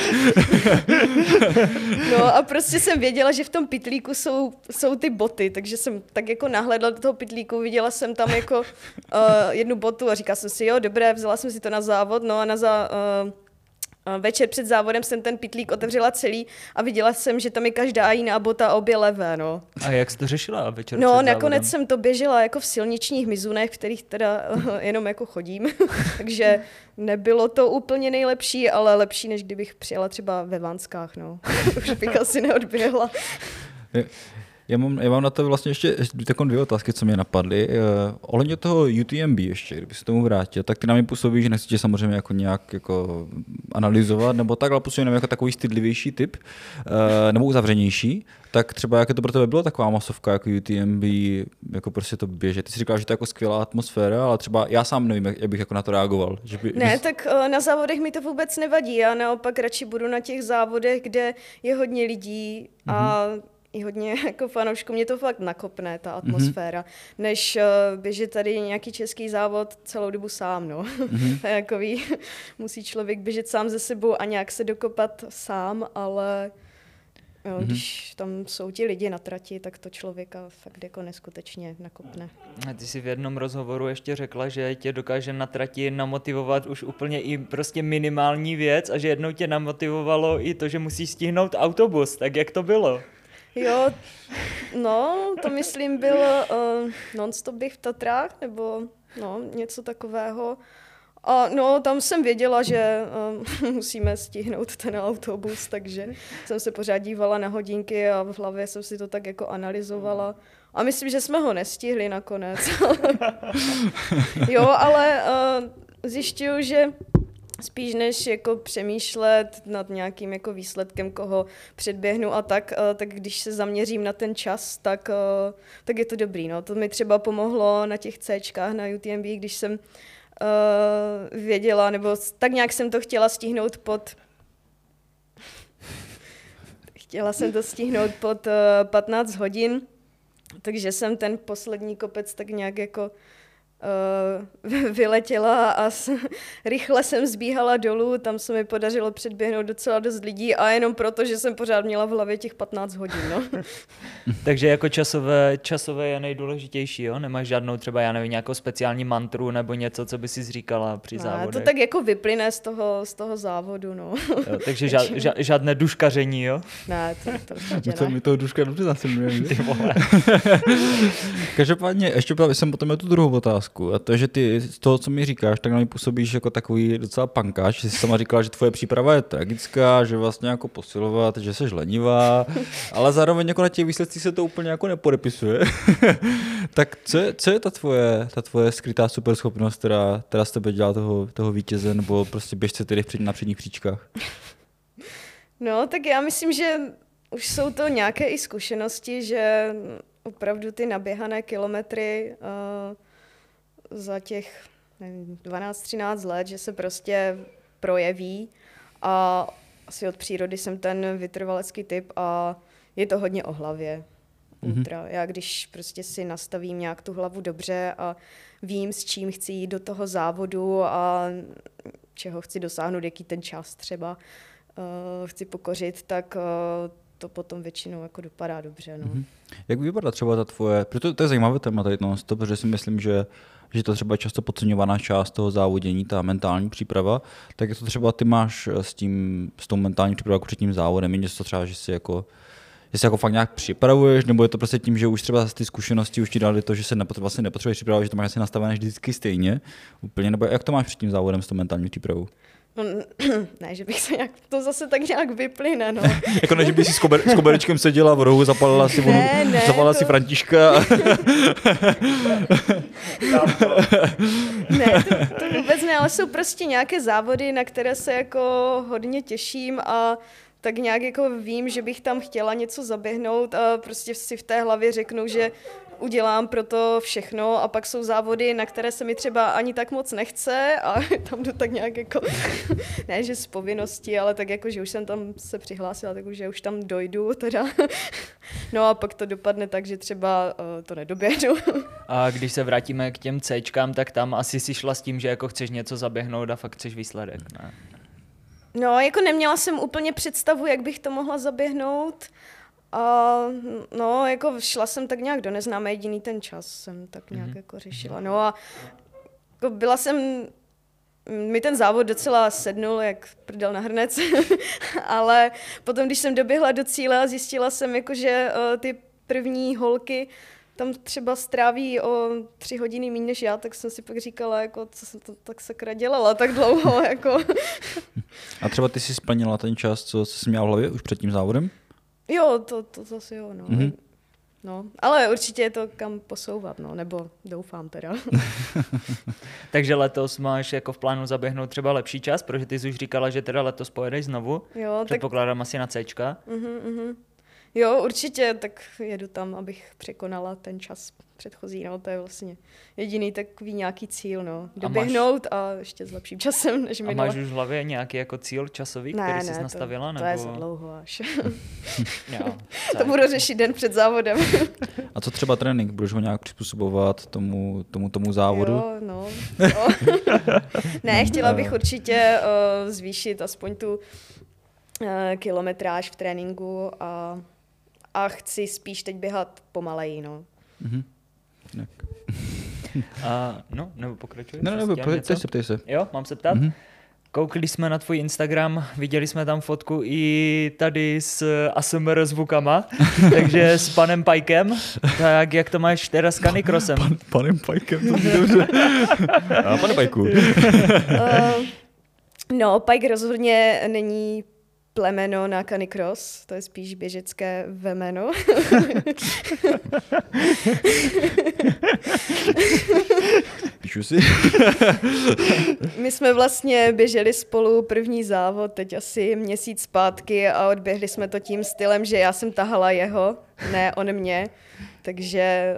No a prostě jsem věděla, že v tom pytlíku jsou ty boty, takže jsem tak jako nahlédla do toho pytlíku, viděla jsem tam jako jednu botu a říkala jsem si, jo, dobré, vzala jsem si to na závod, no a večer před závodem jsem ten pytlík otevřela celý a viděla jsem, že tam je každá jiná bota a obě levé, no. A jak jsi to řešila večer No, před nakonec závodem? jsem to běžela jako v silničních mizunech, v kterých teda jenom jako chodím, takže nebylo to úplně nejlepší, ale lepší, než kdybych přijela třeba ve Vanskách, no. Už bych asi neodběhla. Já mám na to vlastně ještě takové 2 otázky, co mě napadly. Ohledně toho UTMB ještě, kdyby se tomu vrátil, tak ty na mě působí, že nechci tě samozřejmě jako nějak jako analyzovat, nebo tak, ale působí jako takový stydlivější typ, nebo uzavřenější. Tak třeba jaké to pro tebe bylo taková masovka jako UTMB, jako prostě to běže. Ty jsi říkal, že to je jako skvělá atmosféra, ale třeba já sám nevím, jak bych jako na to reagoval. Ne, tak na závodech mi to vůbec nevadí. Já naopak radši budu na těch závodech, kde je hodně lidí a i hodně jako fanoušků, mě to fakt nakopne, ta atmosféra, než běžet tady nějaký český závod celou dobu sám, no. Jakový, musí člověk běžet sám ze sebou a nějak se dokopat sám, ale jo, když tam jsou ti lidi na trati, tak to člověka fakt jako neskutečně nakopne. A ty jsi v jednom rozhovoru ještě řekla, že tě dokáže na trati namotivovat už úplně i prostě minimální věc a že jednou tě namotivovalo i to, že musíš stihnout autobus, tak jak to bylo? Jo, no, to myslím byl non-stop běh v Tatrách, nebo no, něco takového. A no, tam jsem věděla, že musíme stihnout ten autobus, takže jsem se pořád dívala na hodinky a v hlavě jsem si to tak jako analyzovala. A myslím, že jsme ho nestihli nakonec. Jo, ale zjišťuju, že spíš než jako přemýšlet nad nějakým jako výsledkem, koho předběhnu a tak když se zaměřím na ten čas, tak je to dobrý. No. To mi třeba pomohlo na těch Cčkách na UTMB, když jsem věděla, nebo tak nějak jsem to chtěla stihnout pod 15 hodin, takže jsem ten poslední kopec tak nějak jako vyletěla a rychle jsem zbíhala dolů, tam se mi podařilo předběhnout docela dost lidí a jenom proto, že jsem pořád měla v hlavě těch 15 hodin. No. Takže jako časové je nejdůležitější, jo? Nemáš žádnou třeba, já nevím, nějakou speciální mantru nebo něco, co by si říkala při závodech? To tak jako vyplyne z toho závodu, no. Jo, takže žádné duškaření, jo? Ne, to určitě ne. My toho duška dobře zasilujeme. Každopádně, ještě jsem potom měl tu druhou otázku. A to, že ty z toho, co mi říkáš, tak na mě působíš jako takový docela pankáč. Jsi sama říkala, že tvoje příprava je tragická, že vlastně jako posilovat, že jsi lenivá, ale zároveň jako na těch výsledcích se to úplně jako nepodepisuje. Tak co je ta tvoje skrytá superschopnost, která z tebe dělá toho vítěze, nebo prostě běžce tedy na předních příčkách? No, tak já myslím, že už jsou to nějaké i zkušenosti, že opravdu ty naběhané kilometry za těch 12-13 let, že se prostě projeví a asi od přírody jsem ten vytrvalecký typ a je to hodně o hlavě. Ultra. Já když prostě si nastavím nějak tu hlavu dobře a vím, s čím chci jít do toho závodu a čeho chci dosáhnout, jaký ten čas třeba chci pokořit, tak to potom většinou jako dopadá dobře. No. Jak vypadá třeba ta tvoje, protože to je zajímavé téma tady, protože si myslím, že to třeba často podceňovaná část toho závodění, ta mentální příprava, tak jak to třeba ty máš s tou mentální přípravou jako před tím závodem, je to třeba, že si jako fakt nějak připravuješ, nebo je to prostě tím, že už třeba ty zkušenosti už ti dali to, že se vlastně nepotřebuješ připravovat, že to máš asi nastavené vždycky stejně, úplně, nebo jak to máš před tím závodem s tou mentální přípravou? No, ne, že bych se nějak, to zase tak nějak vyplyne, no. Jako ne, že bys si s koberečkem seděla v rohu, zapalila si Františka. Ne, to vůbec ne, ale jsou prostě nějaké závody, na které se jako hodně těším a tak nějak jako vím, že bych tam chtěla něco zaběhnout a prostě si v té hlavě řeknu, že udělám pro to všechno a pak jsou závody, na které se mi třeba ani tak moc nechce a tam jdu tak nějak jako, ne, že z povinnosti, ale tak jako, že už jsem tam se přihlásila, tak už, že už tam dojdu teda. No a pak to dopadne tak, že třeba to nedoběhnu. A když se vrátíme k těm Cčkám, tak tam asi si šla s tím, že jako chceš něco zaběhnout a fakt chceš výsledek, ne? No, jako neměla jsem úplně představu, jak bych to mohla zaběhnout. A no, jako šla jsem tak nějak do neznámé, jediný ten čas jsem tak nějak jako řešila. No a jako byla jsem, mi ten závod docela sednul, jak prdel na hrnec, ale potom, když jsem doběhla do cíle a zjistila jsem, jako, že ty první holky tam třeba stráví o 3 hodiny méně než já, tak jsem si pak říkala, jako, co jsem to tak sakra dělala tak dlouho. Jako. A třeba ty jsi splnila ten čas, co jsi měla v hlavě už před tím závodem? Jo, to zase jo, no. Mm-hmm. No, ale určitě je to kam posouvat, no, nebo doufám teda. Takže letos máš jako v plánu zaběhnout třeba lepší čas, protože ty jsi už říkala, že teda letos pojedeš znovu. Jo, předpokládám asi na Cčka. Jo, určitě, tak jedu tam, abych překonala ten čas předchozí, no, to je vlastně jediný takový nějaký cíl, no. Doběhnout a ještě s lepším časem, než minule. A máš už v hlavě nějaký jako cíl časový, který jsi nastavila? To je za dlouho až. Jo, to budu řešit den před závodem. A co třeba trénink? Budeš ho nějak přizpůsobovat tomu závodu? Jo, no. Ne, chtěla bych určitě zvýšit aspoň tu kilometráž v tréninku a chci spíš teď běhat pomaleji, no. No, nebo pokračuj? Ne, ptej se. Jo, mám se ptát? Koukli jsme na tvůj Instagram, viděli jsme tam fotku i tady s ASMR zvukama, takže s panem Pajkem. Tak jak to máš teda s Canicrossem? Panem Pajkem, to je dobře. Pane Pajku. No, Pike rozhodně není plemeno na Canicross, to je spíš běžecké vemeno. Píšu si. My jsme vlastně běželi spolu první závod, teď asi měsíc zpátky a odběhli jsme to tím stylem, že já jsem tahala jeho, ne on mě, takže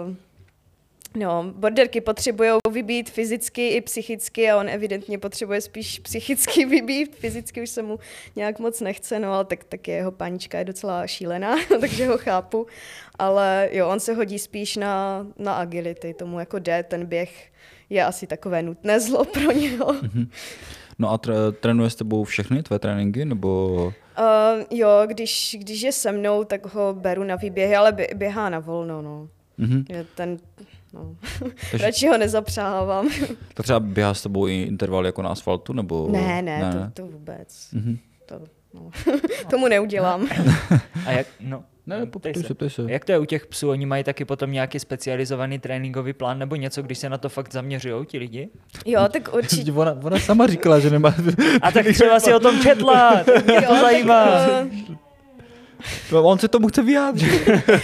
borderky potřebují vybít fyzicky i psychicky a on evidentně potřebuje spíš psychicky vybít, fyzicky už se mu nějak moc nechce, no ale tak jeho panička je docela šílená, takže ho chápu, ale jo, on se hodí spíš na agility, tomu jako jde, ten běh je asi takové nutné zlo pro něho. No a trénuje s tebou všechny tvé tréninky, nebo? Jo, když je se mnou, tak ho beru na výběhy, ale běhá na volno, no. Je ten... No. Takže... Radši ho nezapřáhávám. To třeba běhá s tebou i intervaly jako na asfaltu, nebo? Ne. To vůbec. Tomu neudělám. A jak, no, Ne, ptej se. Jak to je u těch psů? Oni mají taky potom nějaký specializovaný tréninkový plán nebo něco, když se na to fakt zaměřují ti lidi? Jo, tak určitě. Ona sama říkala, že nemá... A tak třeba si o tom četla, tak mě to zajímá. No, on se tomu chce vyjádřit.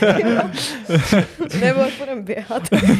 Nebo budeme běhat.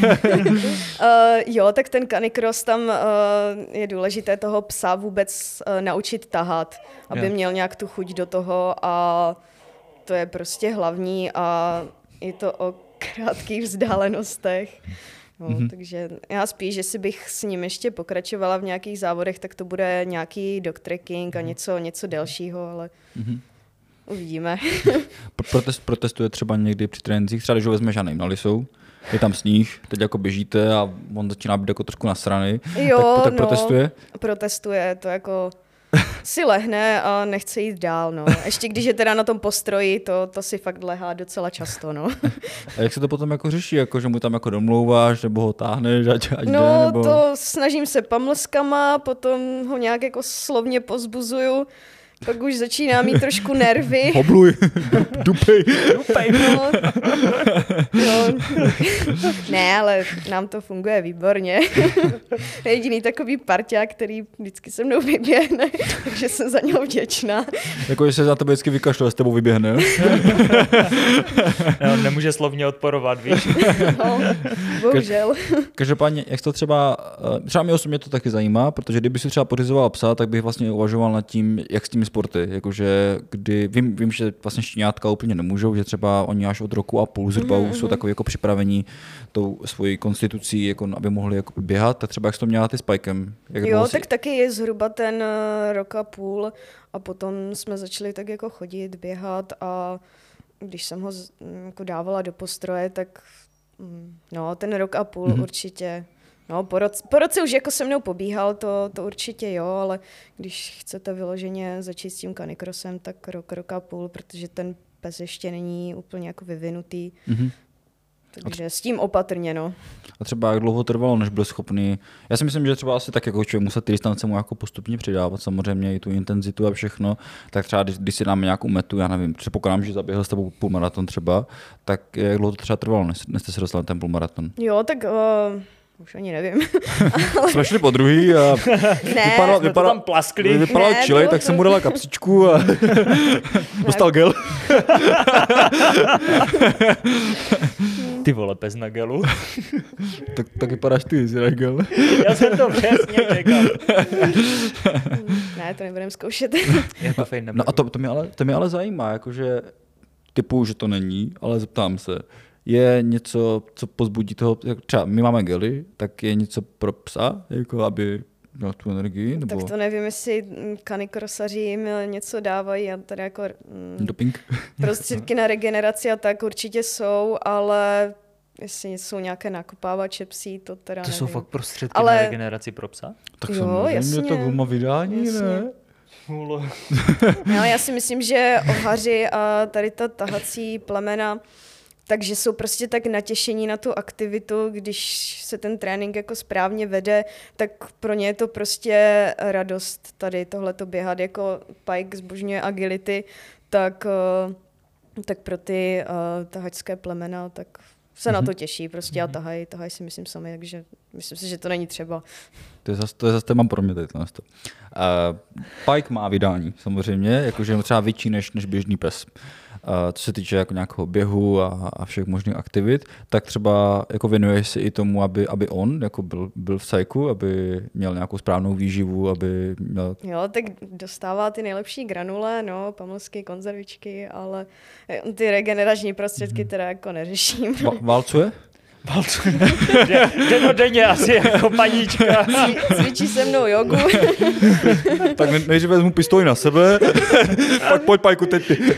Jo, tak ten Canicross, tam je důležité toho psa vůbec naučit tahat, aby měl nějak tu chuť do toho a to je prostě hlavní a je to o krátkých vzdálenostech. No, takže já spíš, že si bych s ním ještě pokračovala v nějakých závodech, tak to bude nějaký dog trekking a něco delšího, ale... Uvidíme. Protestuje třeba někdy při trénincích, třeba když ho vezmeš a na Lisou, je tam sníh, teď jako běžíte a on začíná být jako trošku nasraný, tak protestuje? Protestuje, to jako si lehne a nechce jít dál, no. Ještě když je teda na tom postroji, to si fakt lehá docela často, no. A jak se to potom jako řeší, jako že mu tam jako domlouváš, nebo ho táhneš, ať jde, nebo... to snažím se pamlskama, potom ho nějak jako slovně pozbuzuju, pak už začíná mít trošku nervy. Hobluj, dupej. No. Ne, ale nám to funguje výborně. Jediný takový parťák, který vždycky se mnou vyběhne, takže jsem za něho vděčná. Jako, že se za tebe vždycky vykašle, s tebou vyběhne. No, nemůže slovně odporovat, víš? No, bohužel. Každopádně, jak to třeba mě osobně to taky zajímá, protože kdyby si třeba pořizoval psa, tak bych vlastně uvažoval nad tím, jak s tím sporty, jakože kdy vím, že vlastně štěňátka úplně nemůžou, že třeba oni až od roku a půl zhruba jsou takový jako připravení tou svojí konstitucí, jako aby mohli jako běhat, tak třeba jak jsi to měla ty s Pikem? Jo, tak taky je zhruba ten rok a půl a potom jsme začali tak jako chodit, běhat a když jsem ho jako dávala do postroje, tak ten rok a půl určitě. No, po roce už jako se mnou pobíhal, to určitě jo, ale když chcete vyloženě začít s tím Canicrossem, tak rok a půl, protože ten pes ještě není úplně jako vyvinutý. Takže s tím opatrně, no. A třeba jak dlouho trvalo, než byl schopný... Já si myslím, že třeba asi tak jako člověk musel ty distance mu jako postupně přidávat, samozřejmě i tu intenzitu a všechno, tak třeba když si dáme nějakou metu, já nevím, předpokládám, že zaběhl s tebou půlmaraton třeba, tak jak dlouho to třeba trvalo, než jste se dostali na ten půlmaraton? Jo, tak... Už ani nevím. Jsme šli po druhý a vypadalo tam plaskli. Vypadal čilej, tak jsem mu dala kapsičku a dostal gel. Ty vole, pes na gelu. tak vypadáš ty, jsi gel. Já jsem to přesně čekal. Ne, to nebudem zkoušet. No a to mě ale zajímá, jakože typu, že to není, ale zeptám se. Je něco, co pozbudí toho, třeba my máme gely, tak je něco pro psa, jako aby měl tu energii? Nebo... Tak to nevím, jestli canicrossaři jim něco dávají a tady jako doping. Prostředky na regeneraci a tak určitě jsou, ale jestli jsou nějaké nakopávače psí, to teda to nevím. Jsou fakt prostředky na regeneraci pro psa? Tak jo, samozřejmě, to guma vydání, ne? No, já si myslím, že ohaři a tady ta tahací plemena takže jsou prostě tak natěšení na tu aktivitu, když se ten trénink jako správně vede, tak pro ně je to prostě radost tady tohleto běhat, jako Pike zbožňuje agility, tak pro ty tahačské plemena, tak se na to těší prostě a tahají si myslím sami, takže myslím si, že to není třeba. To je zase téma pro mě tady to. Pike má vydání samozřejmě, jakože třeba větší než běžný pes. Co se týče jako nějakého běhu a všech možných aktivit, tak třeba jako věnuješ se i tomu, aby on jako byl v cajku, aby měl nějakou správnou výživu, aby měl... Jo, tak dostává ty nejlepší granule, no, pamlsky, konzervičky, ale ty regenerační prostředky teda jako neřeším. Válcuje? Dennodenně asi jako paníčka. Cvičí se mnou jogu. Tak nejdřív vezmu pistoli na sebe, pak pojď Pajku, teď ty.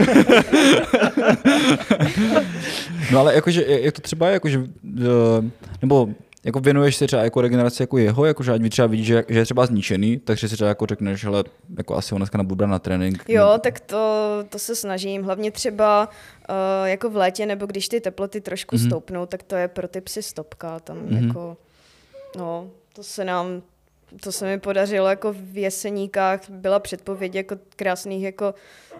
No ale jakože, jak to třeba je, jakože, nebo jako věnuješ se třeba jako regeneraci jako jeho, jakože ať třeba vidíš, že je třeba zničený, takže si třeba jako řekneš, hele, jako asi on dneska nebudu brát na trénink. Jo, tak to se snažím. Hlavně třeba jako v létě, nebo když ty teploty trošku stoupnou, tak to je pro ty psy stopka. Tam jako, no, to se mi podařilo jako v Jeseníkách, byla předpověď jako krásných jako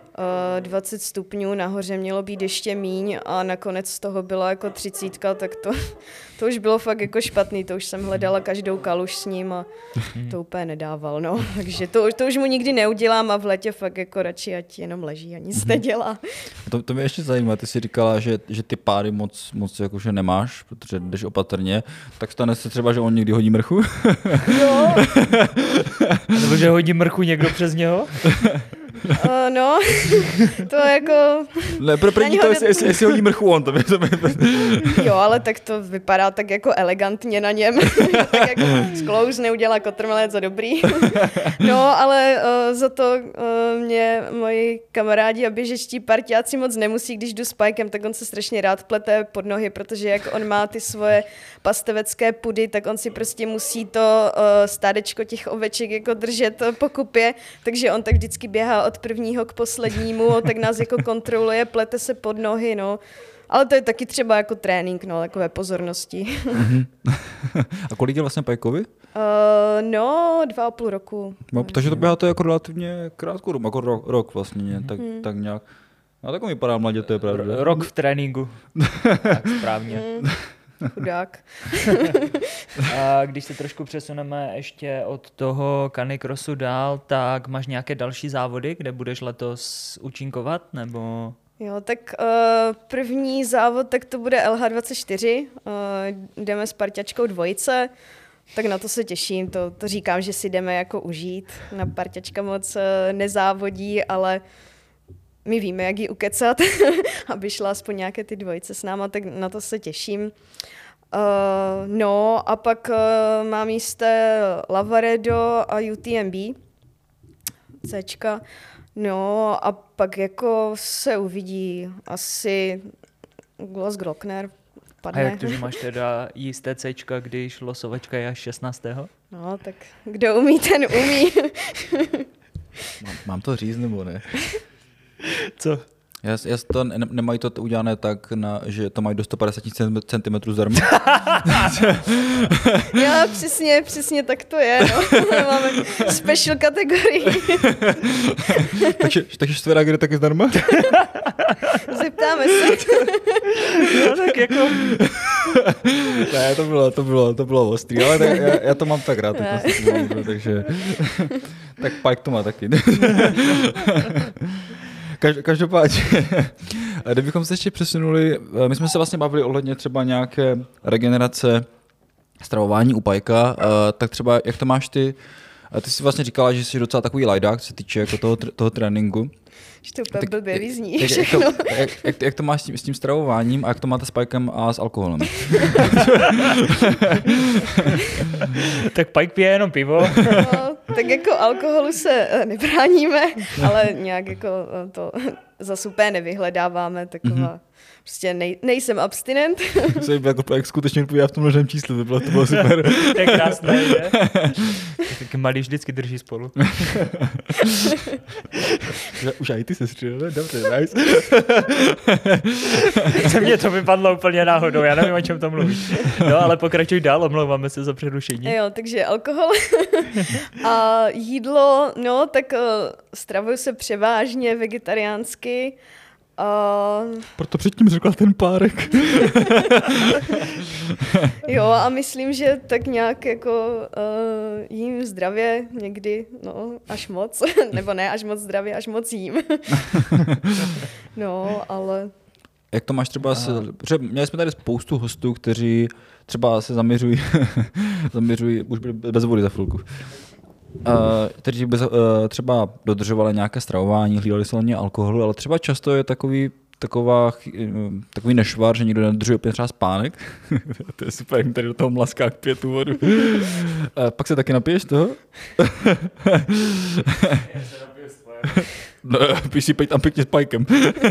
20 stupňů, nahoře mělo být ještě míň a nakonec z toho byla jako 30, tak to už bylo fakt jako špatný, to už jsem hledala každou kaluž s ním a to úplně nedával, no. Takže to už mu nikdy neudělám a v létě fakt jako radši ať jenom leží a nic nedělá. To mě ještě zajímá, ty jsi říkala, že ty páry moc jakože nemáš, protože jdeš opatrně, tak stane se třeba, že on někdy hodí mrchu? Jo. Nebo že hodí mrchu někdo přes něho? No, to jako... Ne, první to, jestli hodí mrchu on. Jo, ale tak to vypadá tak jako elegantně na něm. Tak jako sklouz neudělá kotrmelec za dobrý. No, ale za to mě moji kamarádi a běžečtí parťáci moc nemusí, když jdu s Pikem, tak on se strašně rád plete pod nohy, protože jak on má ty svoje pastevecké pudy, tak on si prostě musí to stádečko těch oveček jako držet po kupě, takže on tak vždycky běhá od prvního k poslednímu, tak nás jako kontroluje, plete se pod nohy, no. Ale to je taky třeba jako trénink, no, takové pozornosti. A kolik je vlastně Pajkovi? No, 2,5 roku. No, takže to běháte jako relativně krátkou dobu, jako rok vlastně, tak nějak. A tak on vypadá mladě, to je pravda. Rok v tréninku. Tak správně. Chudák. A když se trošku přesuneme ještě od toho canicrossu dál, tak máš nějaké další závody, kde budeš letos účinkovat, nebo... Jo, tak první závod, tak to bude LH24, jdeme s parťačkou dvojice, tak na to se těším, to říkám, že si jdeme jako užít, na parťačka moc nezávodí, ale my víme, jak ji ukecat, aby šla aspoň nějaké ty dvojice s náma, tak na to se těším. No a pak mám jisté Lavaredo a UTMB, Cčka. No a pak jako se uvidí asi Glockner padne. A jak to, že máš teda jisté Cčka, když losovačka je až 16. No tak kdo umí, ten umí. Mám to říct nebo ne? Co? To nemají to udělané tak, že to mají do 150 cm zdarma. Jo, přesně tak to je. No. Máme special kategorii. takže čtvrák jde taky zdarma? Zeptáme se. No tak jako... Ne, to bylo ostrý, ale tak, já to mám tak rád, takže... Tak Pike to má taky. Každopádně, kdybychom se ještě přesunuli, my jsme se vlastně bavili ohledně třeba nějaké regenerace stravování u Pajka, tak třeba jak to máš ty jsi vlastně říkala, že jsi docela takový lajdák, co se týče jako toho tréninku. Že to úplně blbě vyzní jak to máš s tím stravováním a jak to máte s Pikem a s alkoholem? Tak Pike pije jenom pivo. No, tak jako alkoholu se nebráníme, ale nějak jako zase úplně nevyhledáváme, taková, prostě nejsem abstinent. Se jako jak skutečně odpovídá v tom množném číslu, to bylo super. To je krásné, že? Tak malí vždycky drží spolu. Už aj ty se střídali, dobře, nice. Mě to vypadlo úplně náhodou, já nevím, o čem to mluvíš. No, ale pokračuj dál, omlouváme se za přerušení. Jo, takže alkohol a jídlo, no, tak stravuju se převážně vegetariánsky. Proto předtím řekla ten párek. Jo, a myslím, že tak nějak jako jím zdravě někdy, no, až moc. Nebo ne až moc zdravě, až moc jím. No, ale... Jak to máš třeba, měli jsme tady spoustu hostů, kteří třeba se zaměřují, už byli bez vody za chvilku, kteří by třeba dodržovali nějaké stravování, hlídali se hlavně alkoholu, ale třeba často je takový nešvar, že někdo nedrží opět třeba spánek. To je super, jak tady do toho mlaská pije tu vodu. Pak se taky napiješ toho? Já se napiju svoje. No, píš si tam pěkně s pajkem.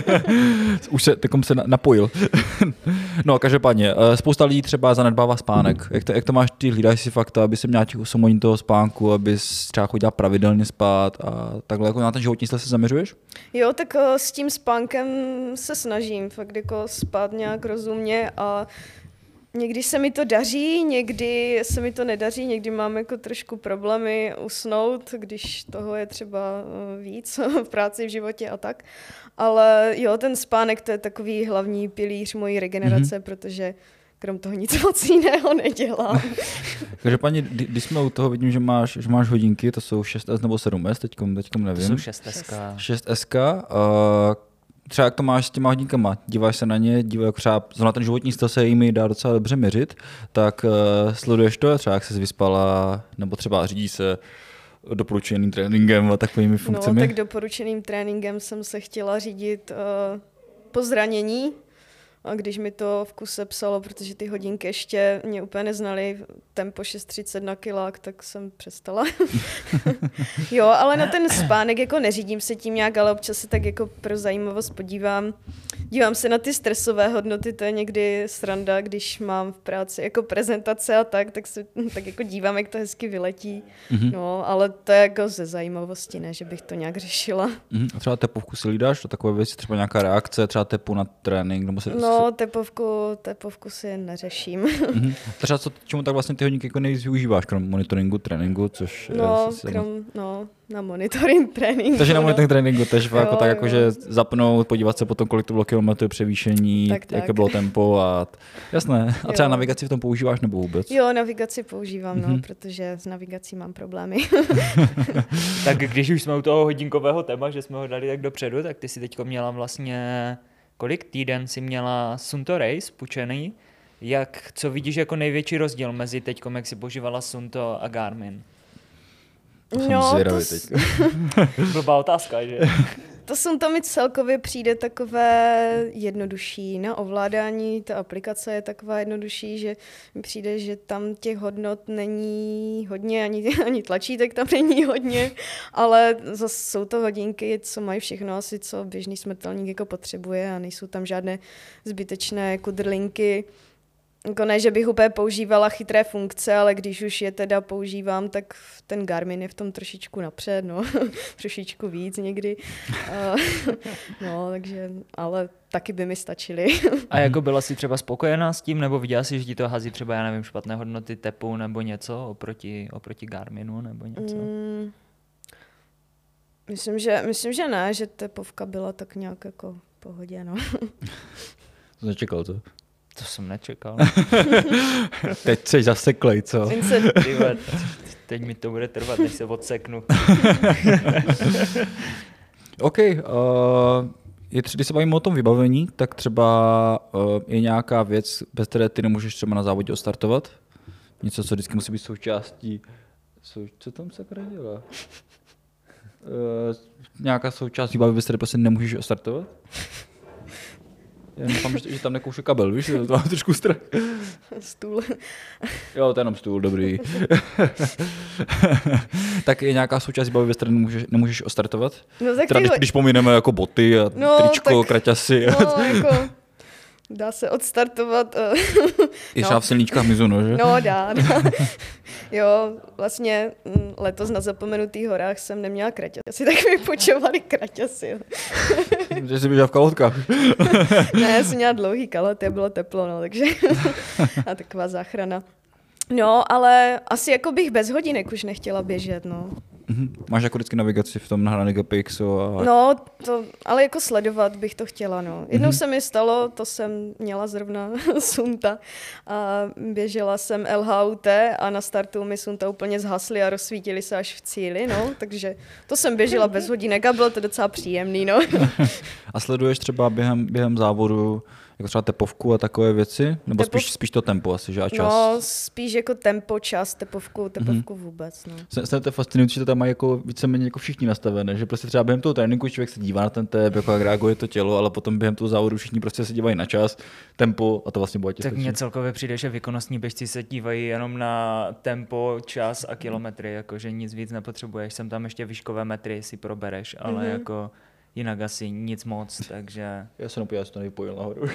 Už se napojil. No, každopádně, spousta lidí třeba zanedbává spánek. Jak to máš ty, hlídáš si fakt, aby se měl těch usomoní toho spánku, aby třeba chodila pravidelně spát a takhle, jako na ten životní styl se zaměřuješ? Jo, tak s tím spánkem se snažím fakt jako spát nějak rozumně a někdy se mi to daří, někdy se mi to nedaří, někdy mám jako trošku problémy usnout, když toho je třeba víc v práci, v životě a tak. Ale jo, ten spánek, to je takový hlavní pilíř mojí regenerace, protože krom toho nic moc jiného nedělám. Takže paní, když jsme u toho, vidím, že máš hodinky, to jsou 6S nebo 7S, teďkom nevím. To jsou 6S. 6S. Třeba jak to máš s těma hodinkama, díváš se na ně, třeba zrovna ten životní styl se jimi dá docela dobře měřit, tak sleduješ to, třeba jak se vyspala, nebo třeba řídí se doporučeným tréninkem a takovými funkcemi? No, tak doporučeným tréninkem jsem se chtěla řídit po zranění, a když mi to v kuse psalo, protože ty hodinky ještě mě úplně neznaly, tempo 6:30 na kilák, tak jsem přestala. Jo, ale na ten spánek jako neřídím se tím nějak, ale občas se tak jako pro zajímavost podívám. Dívám se na ty stresové hodnoty, to je někdy sranda, když mám v práci jako prezentace a tak se tak jako dívám, jak to hezky vyletí. No, ale to je jako ze zajímavosti, ne, že bych to nějak řešila. A třeba tepovku si hlídáš, to takové věci, třeba nějaká reakce, třeba tepu na trénink, nebo se... No, tepovku si neřeším. Třeba čemu tak vlastně ty hodinky jako nejvíc využíváš, krom monitoringu, tréninku, což... Na monitoring tréninku. Takže na monitoring tréninku, takže jako tak jako, že zapnout, podívat se potom, kolik to bylo kilometrů převýšení, jaké bylo tempo a... Jasné. A třeba navigaci v tom používáš nebo vůbec? Jo, navigaci používám, no, protože s navigací mám problémy. Tak když už jsme u toho hodinkového téma, že jsme ho dali tak dopředu, tak ty si teďko měla vlastně... Kolik týden si měla Suunto Race půjčený? Co vidíš jako největší rozdíl mezi teďkom, jak si používala Suunto a Garmin? To jsem zvědavý teď. Blbá otázka, že? To Suunto mi celkově přijde takové jednodušší na ovládání, ta aplikace je taková jednodušší, že mi přijde, že tam těch hodnot není hodně, ani tlačítek tam není hodně, ale zase jsou to hodinky, co mají všechno asi, co běžný smrtelník jako potřebuje a nejsou tam žádné zbytečné kudrlinky. Jako ne, že bych úplně používala chytré funkce, ale když už je teda používám, tak ten Garmin je v tom trošičku napřed, no, trošičku víc někdy. No, takže, ale taky by mi stačily. A jako byla jsi třeba spokojená s tím, nebo viděla jsi, že ti to hází třeba, já nevím, špatné hodnoty tepu nebo něco oproti Garminu nebo něco? Myslím, že ne, že tepovka byla tak nějak jako v pohodě, no. To nečekal, co? To jsem nečekal. Teď jsi zaseklej, co? Teď mi to bude trvat, než se odseknu. OK. Když se bavíme o tom vybavení, tak třeba je nějaká věc, bez které ty nemůžeš třeba na závodě odstartovat? Něco, co vždycky musí být součástí... Co tam sakra dělá? Nějaká součást výbavy, bez které prostě nemůžeš odstartovat? Já doufám, že tam nekouše kabel, víš, to mám trošku strach. Stůl. Jo, to je jenom stůl, dobrý. Tak je nějaká součást výbavy, ve které nemůžeš ostartovat? No, tak teda když pomineme jako boty a tričko, kraťasy. No, jako dá se odstartovat. Je třeba v silničkách Mizuno, že? No, dá. Jo, vlastně letos na Zapomenutých horách jsem neměla kraťasy, tak mi počovali kraťasy. Že jsi běžela v kalhotkách. Ne, já jsem měla dlouhý kalhoty, bylo teplo, no, takže a taková záchrana. No, ale asi jako bych bez hodinek už nechtěla běžet, no. Máš jako vždycky navigaci v tom nahraný GPXu a... No, ale jako sledovat bych to chtěla, no. Jednou se mi stalo, to jsem měla zrovna Sunta a běžela jsem LHUT a na startu mi Sunta úplně zhasly a rozsvítily se až v cíli, no, takže to jsem běžela bez hodinek a bylo to docela příjemný, no. A sleduješ třeba během závodu jako třeba tepovku a takové věci? Nebo spíš to tempo asi, že a čas? No, spíš jako tempo, čas, tepovku vůbec, no. Jsem to fascinující, že to tam mají jako víceméně jako všichni nastavené, že prostě třeba během toho tréninku člověk se dívá na ten tep, jako jak reaguje to tělo, ale potom během toho závodu všichni prostě se dívají na čas, tempo a to vlastně bohatě tak stačí. mně celkově přijde, že výkonnostní běžci se dívají jenom na tempo, čas a kilometry, jakože nic víc nepotřebuješ, sem tam ještě výškové metry si probereš, ale jako jinak asi nic moc, takže... Já se napojil, to nevypojil nahoru.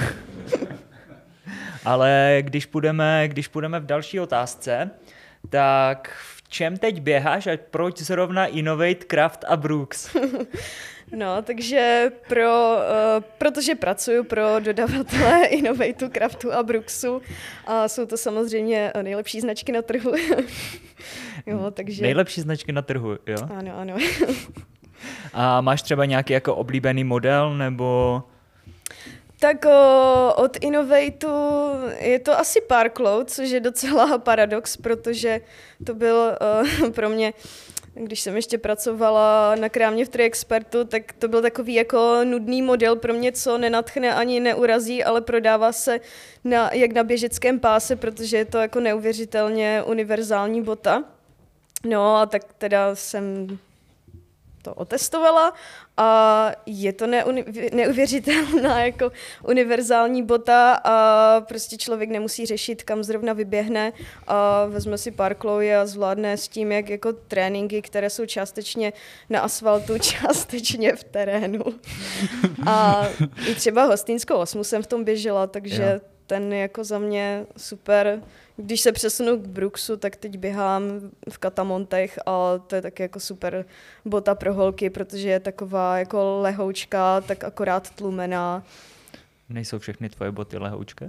Ale když půjdeme v další otázce, tak v čem teď běháš a proč zrovna Innovate, Craft a Brooks? No, takže protože pracuji pro dodavatele Innovatu, Craftu a Brooksu a jsou to samozřejmě nejlepší značky na trhu. Jo, takže... Nejlepší značky na trhu, jo? Ano. A máš třeba nějaký jako oblíbený model, nebo... Tak od Innovatu je to asi Parkload, což je docela paradox, protože to byl pro mě, když jsem ještě pracovala na krámě v Triexpertu, tak to byl takový jako nudný model pro mě, co nenadchne ani neurazí, ale prodává se jak na běžeckém páse, protože je to jako neuvěřitelně univerzální bota. No a tak teda jsem to otestovala a je to neuvěřitelná jako univerzální bota a prostě člověk nemusí řešit, kam zrovna vyběhne a vezme si Parkload a zvládne s tím, jak jako tréninky, které jsou částečně na asfaltu, částečně v terénu. A i třeba Hostýnskou 8 jsem v tom běžela, takže ten je jako za mě super. Když se přesunu k Brooksu, tak teď běhám v Katamontech a to je taky jako super bota pro holky, protože je taková jako lehoučka, tak akorát tlumená. Nejsou všechny tvoje boty lehoučké?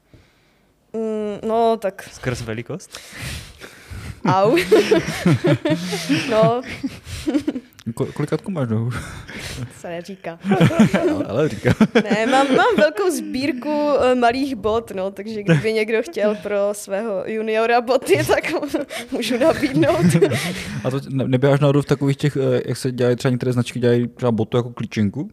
No, tak... Skrz velikost? Au. No. Kolikátku máš nohu? Se neříká. Ale říká. Ne, mám velkou sbírku malých bot, no, takže kdyby někdo chtěl pro svého juniora boty, tak můžu nabídnout. A to neběháš náhodou v takových těch, jak se dělají třeba některé značky, dělají třeba botu jako klíčenku?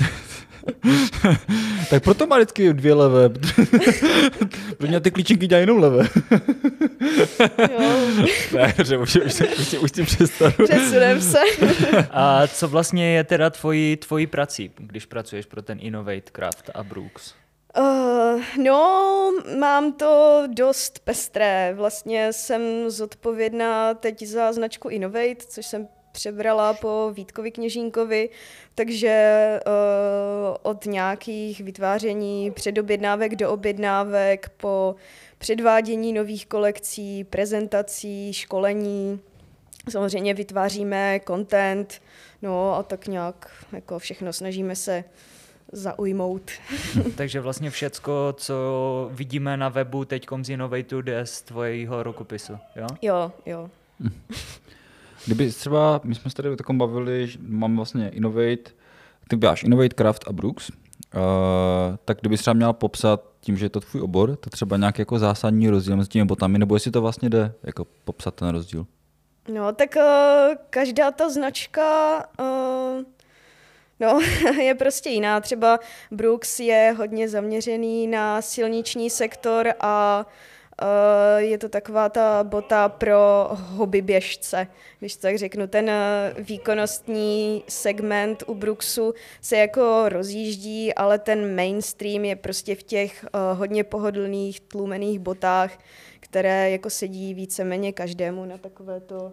Tak proto má vždycky 2 levé. Protože ty klíčenky dělají jenom levé. Jo. Ne, že už tím přestanu. Přesunem se. A co vlastně je teda tvojí prací, když pracuješ pro ten Innovate, Craft a Brooks? No, mám to dost pestré. Vlastně jsem zodpovědná teď za značku Innovate, což jsem přebrala po Vítkovi Kněžínkovi, takže od nějakých vytváření předobjednávek do objednávek po předvádění nových kolekcí, prezentací, školení. Samozřejmě vytváříme content, no a tak nějak jako všechno snažíme se zaujmout. Takže vlastně všecko, co vidíme na webu teďkom z Innovatu, jde z tvojeho rukopisu, jo? Jo. Kdyby třeba, my jsme se tady o takom bavili, že máme vlastně Innovate, ty děláš Innovate, Craft a Brooks, tak kdybys třeba měl popsat tím, že je to tvůj obor, to třeba nějaký jako zásadní rozdíl mezi těmi botami, nebo jestli to vlastně jde jako popsat ten rozdíl? No, tak každá ta značka je prostě jiná. Třeba Brooks je hodně zaměřený na silniční sektor a Je to taková ta bota pro hobby běžce, když to tak řeknu. Ten výkonnostní segment u Brooksu se jako rozjíždí, ale ten mainstream je prostě v těch hodně pohodlných tlumených botách, které jako sedí víceméně každému na takovéto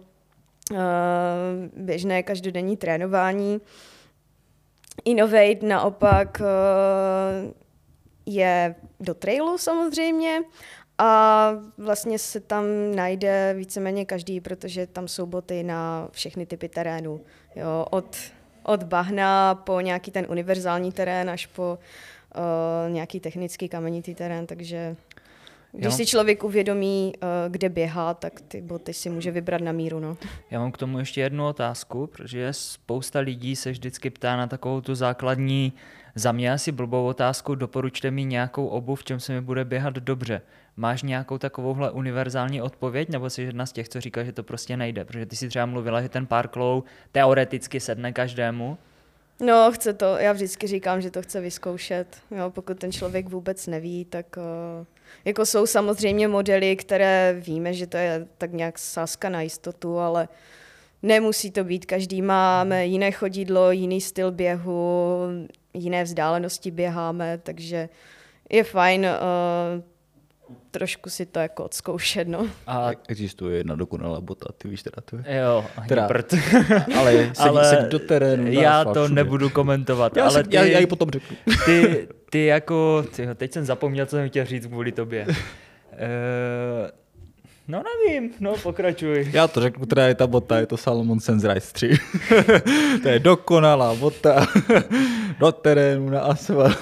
běžné každodenní trénování. Innovate naopak je do trailu samozřejmě a vlastně se tam najde víceméně každý, protože tam jsou boty na všechny typy terénu. Jo, od bahna po nějaký ten univerzální terén až po nějaký technický kamenitý terén, takže když si člověk uvědomí, kde běhá, tak ty boty si může vybrat na míru. No. Já mám k tomu ještě jednu otázku, protože spousta lidí se vždycky ptá na takovou tu základní, za mě asi blbou otázku, doporučte mi nějakou obuv, v čem se mi bude běhat dobře. Máš nějakou takovouhle univerzální odpověď, nebo jsi jedna z těch, co říká, že to prostě nejde? Protože ty si třeba mluvila, že ten Parklow teoreticky sedne každému. No, chce to. Já vždycky říkám, že to chce vyzkoušet. Jo, pokud ten člověk vůbec neví, tak jako jsou samozřejmě modely, které víme, že to je tak nějak sázka na jistotu, ale nemusí to být. Každý máme jiné chodidlo, jiný styl běhu, jiné vzdálenosti běháme, takže je fajn trošku si to jako odzkoušet, no. A existuje jedna dokonalá bota, ty víš teda to je? Jo, ale sedí do terénu. Já to všude nebudu komentovat. Já ji potom řeknu. Ty jako, teď jsem zapomněl, co jsem chtěl říct kvůli tobě. No nevím, pokračuj. Já to řeknu, která je ta bota, je to Salomon Sense 3. To je dokonalá bota do terénu na asfalt.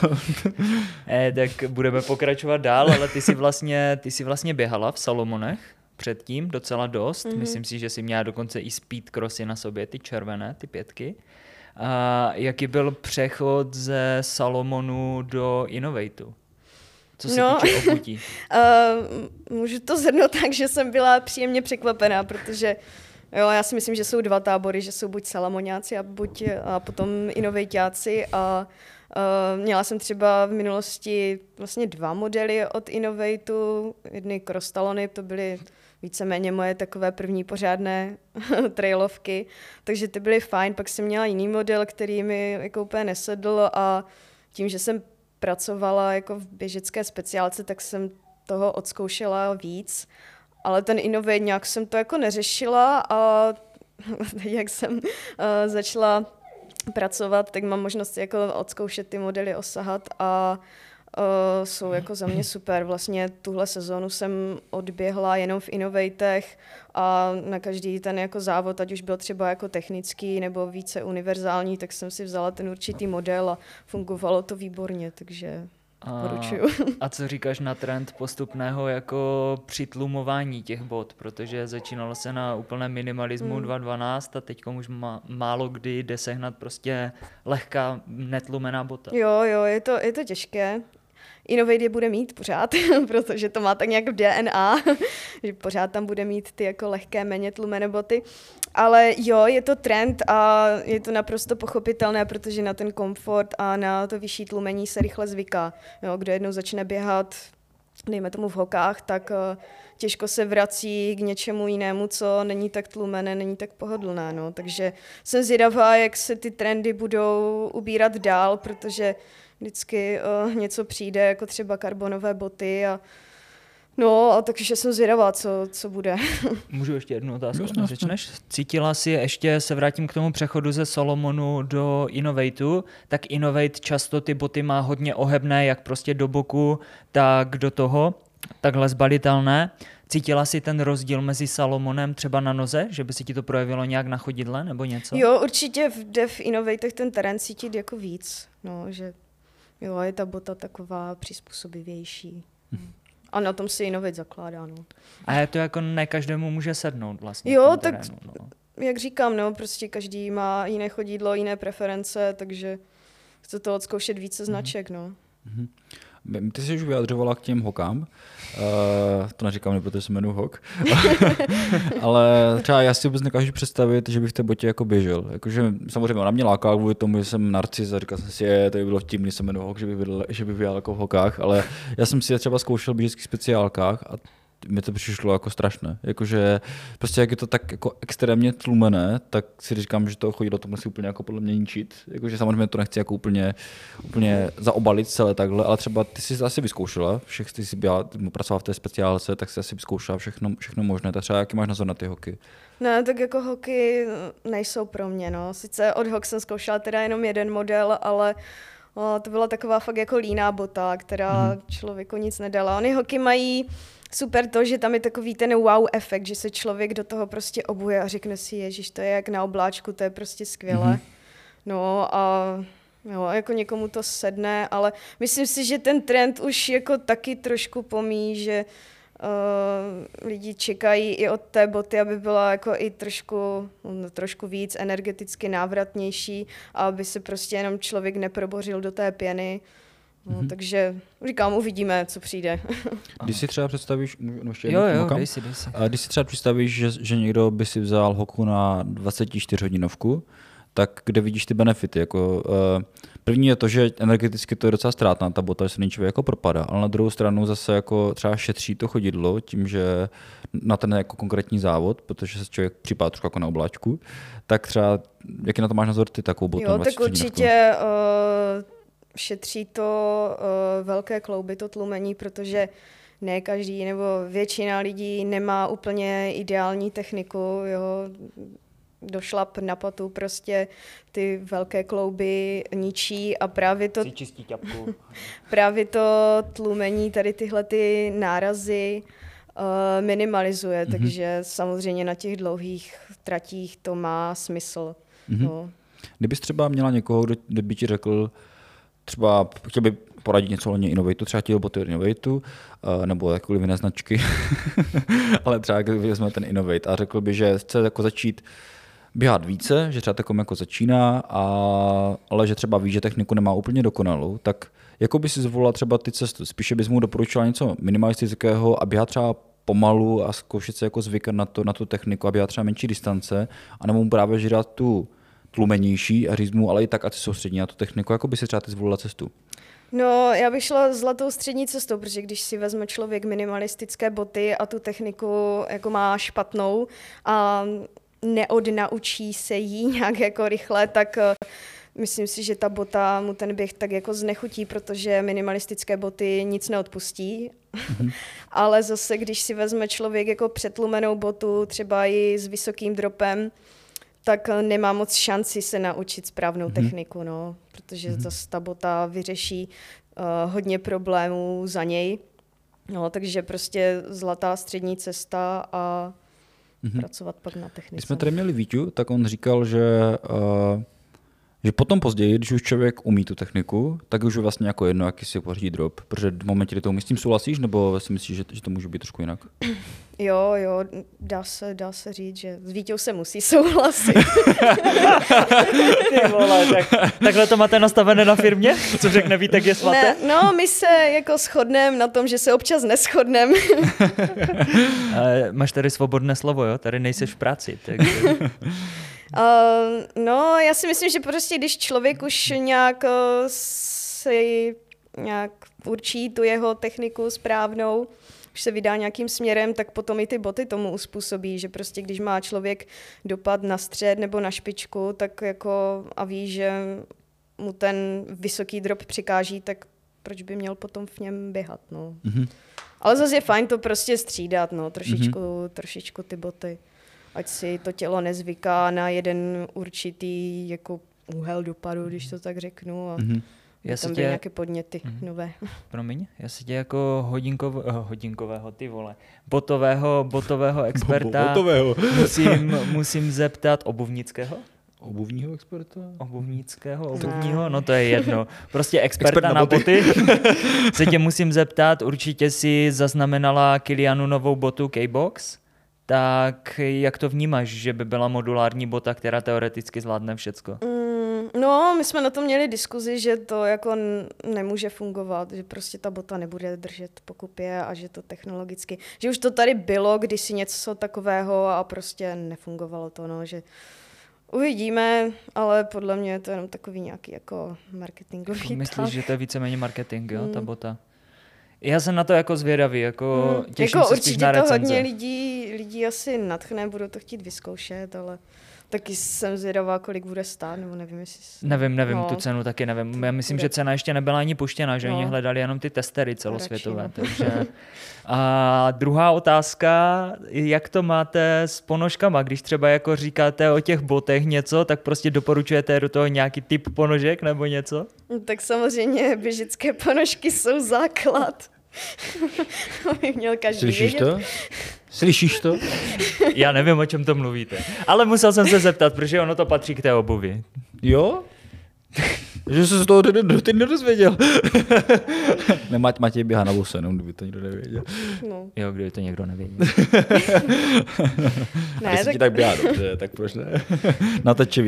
Tak budeme pokračovat dál, ale ty jsi vlastně běhala v Salomonech předtím docela dost. Mm-hmm. Myslím si, že jsi měla dokonce i speed crossy na sobě, ty červené, ty 5. A jaký byl přechod ze Salomonu do Innovatu? Co se týče obutí? Můžu to shrnout tak, že jsem byla příjemně překvapená, protože já si myslím, že jsou 2 tábory, že jsou buď Salamoňáci a potom Innovaťáci a měla jsem třeba v minulosti vlastně 2 modely od Innovatu, jedny cross talony, to byly víceméně moje takové první pořádné trailovky, takže ty byly fajn, pak jsem měla jiný model, který mi jako úplně nesedl a tím, že jsem pracovala jako v běžecké speciálce, tak jsem toho odzkoušela víc, ale ten Innovate nějak jsem to jako neřešila a jak jsem začala pracovat, tak mám možnost jako odzkoušet ty modely, osahat a jsou jako za mě super. Vlastně tuhle sezónu jsem odběhla jenom v Innovatech a na každý ten jako závod, ať už byl třeba jako technický nebo více univerzální, tak jsem si vzala ten určitý model a fungovalo to výborně, takže doporučuju. A co říkáš na trend postupného jako přitlumování těch bot, protože začínalo se na úplném minimalismu 2.12 a teď už málo kdy jde sehnat prostě lehká netlumená bota. Jo, je to těžké. Innovate je bude mít pořád, protože to má tak nějak v DNA, že pořád tam bude mít ty jako lehké, méně tlumené boty. Ale jo, je to trend a je to naprosto pochopitelné, protože na ten komfort a na to vyšší tlumení se rychle zvyká. Jo, kdo jednou začne běhat, dejme tomu v hokách, tak těžko se vrací k něčemu jinému, co není tak tlumené, není tak pohodlné. No. Takže jsem zvědavá, jak se ty trendy budou ubírat dál, protože vždycky něco přijde, jako třeba karbonové boty a takže jsem zvědavá, co bude. Můžu ještě jednu otázku, řečneš? Cítila si, ještě se vrátím k tomu přechodu ze Salomonu do Innovatu, tak Innovate často ty boty má hodně ohebné, jak prostě do boku, tak do toho, takhle zbalitelné. Cítila si ten rozdíl mezi Salomonem třeba na noze, že by si ti to projevilo nějak na chodidle nebo něco? Jo, určitě v Innovatech ten terén cítit jako víc, že jo, je ta bota taková přizpůsobivější. A na tom si Innovate zakládá, no. A je to jako ne každému může sednout vlastně. Jo, tak jak říkám, prostě každý má jiné chodidlo, jiné preference, takže chce to odzkoušet více značek, no. Ty jsi už vyjadřovala k těm hokám, to neříkám, protože se jmenuji hok, ale třeba já si vůbec nekážu představit, že bych v té botě jako běžel. Jakože samozřejmě ona mě láká kvůli tomu, že jsem narcis a říkal jsem si, to by bylo vtipný, se jmenuji hok, že bych běžel jako v hokách, ale já jsem si je třeba zkoušel v běžeckých speciálkách a mi to přišlo jako strašné. Jakože prostě jak je to tak jako extrémně tlumené, tak si říkám, že to chodidlo to musí úplně jako podle mě ničit. Jakože samozřejmě to nechci jako úplně zaobalit celé takhle, ale třeba ty jsi asi vyzkoušela, ty jsi pracovala v té speciálce, tak jsi asi vyzkoušela všechno možné. Tak třeba jaký máš názor na ty hoky? Ne, tak jako hoky nejsou pro mě, no. Sice od hok jsem zkoušela teda jenom jeden model, ale to byla taková fakt jako líná bota, která člověku nic nedala. Ony hoky mají super to, že tam je takový ten wow efekt, že se člověk do toho prostě obuje a řekne si, ježiš, to je jak na obláčku, to je prostě skvělé. No a jo, jako někomu to sedne, ale myslím si, že ten trend už jako taky trošku pomíjí, že lidi čekají i od té boty, aby byla jako i trošku víc energeticky návratnější a aby se prostě jenom člověk neprobořil do té pěny. No, takže říkám, uvidíme, co přijde. Když si třeba představíš, dej si. Když si třeba představíš, že někdo by si vzal hoku na 24hodinovku, tak kde vidíš ty benefity? Jako, první je to, že energeticky to je docela ztrátná ta bota, že se člověk jako propadá, ale na druhou stranu zase jako třeba šetří to chodidlo tím, že na ten jako konkrétní závod, protože se člověk připadá trošku jako na obláčku, tak třeba, jaký na to máš názor ty takovou botu? Jo, tak určitě šetří to velké klouby, to tlumení, protože ne každý nebo většina lidí nemá úplně ideální techniku, jo. Došlap na patu prostě ty velké klouby ničí a právě to tlumení, tady tyhle ty nárazy minimalizuje, takže samozřejmě na těch dlouhých tratích to má smysl. No. Kdybys třeba měla někoho, kdo by ti řekl, třeba chtěl by poradit něco o Innovatu, třeba chtěl boty od Innovatu, nebo jakkoliv jiné značky, ale třeba když vezme ten Innovate a řekl by, že chce jako začít běhat více, že třeba takovým jako začíná, ale že třeba ví, že techniku nemá úplně dokonalou, tak jako by si zvolila třeba ty cestu? Spíše bys mu doporučila něco minimalistického a běhat třeba pomalu a zkoušet se jako zvykat na tu techniku a běhat třeba menší distance, anebo mu právě žírat tu tlumenější a říct mu, ale i tak, ať se soustředí na tu techniku, jako by si třeba ty zvolila cestu? No, já bych šla zlatou střední cestou, protože když si vezme člověk minimalistické boty a tu techniku jako má špatnou a neodnaučí se jí nějak jako rychle, tak myslím si, že ta bota mu ten běh tak jako znechutí, protože minimalistické boty nic neodpustí. Ale zase, když si vezme člověk jako přetlumenou botu, třeba i s vysokým dropem, tak nemá moc šanci se naučit správnou techniku, no, protože zase ta bota vyřeší hodně problémů za něj. No, takže prostě zlatá střední cesta a pracovat pak na technice. Když jsme tady měli Víťu, tak on říkal, že potom později, když už člověk umí tu techniku, tak už je vlastně jako jedno, jaký si pořídí drop. Protože v momentě, kdy to umíš, s tím souhlasíš, nebo si myslíš, že to může být trošku jinak? Jo, dá se říct, že s Víťou se musí souhlasit. Ty vole, takhle to máte nastavené na firmě? Co řekne Vítek je svaté? Ne, no, my se jako shodneme na tom, že se občas neshodneme. Máš tady svobodné slovo, jo? Tady nejseš v práci. Takže... No, já si myslím, že prostě když člověk už nějak nějak určí tu jeho techniku správnou, už se vydá nějakým směrem, tak potom i ty boty tomu uspůsobí, že prostě když má člověk dopad na střed nebo na špičku, tak jako a ví, že mu ten vysoký drop přikáží, tak proč by měl potom v něm běhat, no. Ale zase je fajn to prostě střídat, no, trošičku ty boty. Ať si to tělo nezvyká na jeden určitý jako úhel dopadu, když to tak řeknu. A tam byly nějaké podněty nové. Promiň, já se tě jako hodinkového, ty vole, botového experta musím zeptat obuvnického? Obuvního experta? Obuvního, no to je jedno. Prostě experta na boty. Se tě musím zeptat, určitě si zaznamenala Kilianu novou botu K-Box? Tak jak to vnímáš, že by byla modulární bota, která teoreticky zvládne všecko? No, my jsme na to měli diskuzi, že to jako nemůže fungovat, že prostě ta bota nebude držet po kupě a že to technologicky, že už to tady bylo kdysi něco takového a prostě nefungovalo to, no, že uvidíme, ale podle mě je to jenom takový nějaký jako marketingový Myslíš, že to je víceméně marketing, jo, ta bota? Já jsem na to jako zvědavý, jako těším jako se spíš na určitě to recenze. hodně lidí asi nadchne, budou to chtít vyzkoušet, ale taky jsem zvědavá, kolik bude stát, nebo nevím, jestli... Nevím, tu cenu taky nevím. Já myslím, že cena ještě nebyla ani puštěna, že oni hledali jenom ty testery celosvětové. Takže... A druhá otázka, jak to máte s ponožkama? Když třeba jako říkáte o těch botech něco, tak prostě doporučujete do toho nějaký typ ponožek nebo něco? Tak samozřejmě běžické ponožky jsou základ. Aby měl každý Slyšíš vědět. to? Slyšíš to? Já nevím, o čem to mluvíte. Ale musel jsem se zeptat, protože ono to patří k té obuvi. Jo? Že se z toho ty nedozvěděl. Ne, Matěj běhá na bose, jenom kdyby to nikdo nevěděl. No. Jo, kdyby to někdo nevěděl. A jestli ti tak běhá dobře, tak proč ne? Na teče.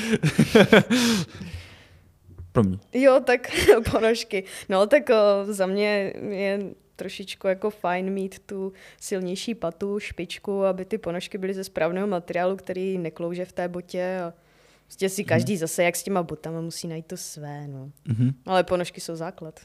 Pro mě. Jo, tak ponožky. No, tak za mě je trošičku jako fajn mít tu silnější patu, špičku, aby ty ponožky byly ze správného materiálu, který neklouže v té botě a prostě si každý zase, jak s těma botama, musí najít to své, no. Ale ponožky jsou základ.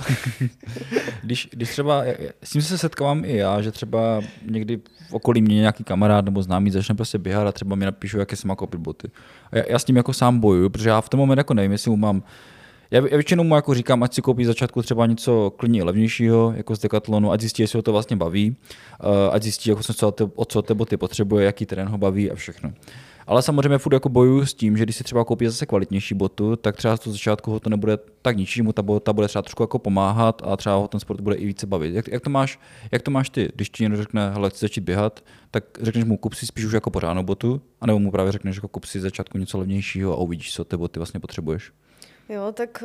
Když třeba, s tím se setkávám i já, že třeba někdy v okolí mě nějaký kamarád nebo známý začne prostě běhat a třeba mi napíšu, jaké se má koupit boty. A já s tím jako sám bojuju, protože já v tom moment jako nevím, jestli mu mám. Já většinou mu jako říkám, ať si koupí začátku třeba něco klidně levnějšího, jako z Decathlonu, ať zjistí, jestli ho to vlastně baví, ať zjistí, jako o co ty boty potřebuje, jaký terén ho baví a všechno. Ale samozřejmě furt jako bojuju s tím, že když si třeba koupí zase kvalitnější botu, tak třeba z toho začátku ho to nebude tak ničí, mu ta bota bude třeba trošku jako pomáhat a třeba ho ten sport bude i více bavit. Jak to máš ty, když ti někdo řekne, hele, chci začít běhat, tak řekneš mu, kup si spíš už jako pořádnou botu, anebo mu právě řekneš, jako kup si z začátku něco levnějšího a uvidíš, co ty boty vlastně potřebuješ. Jo, tak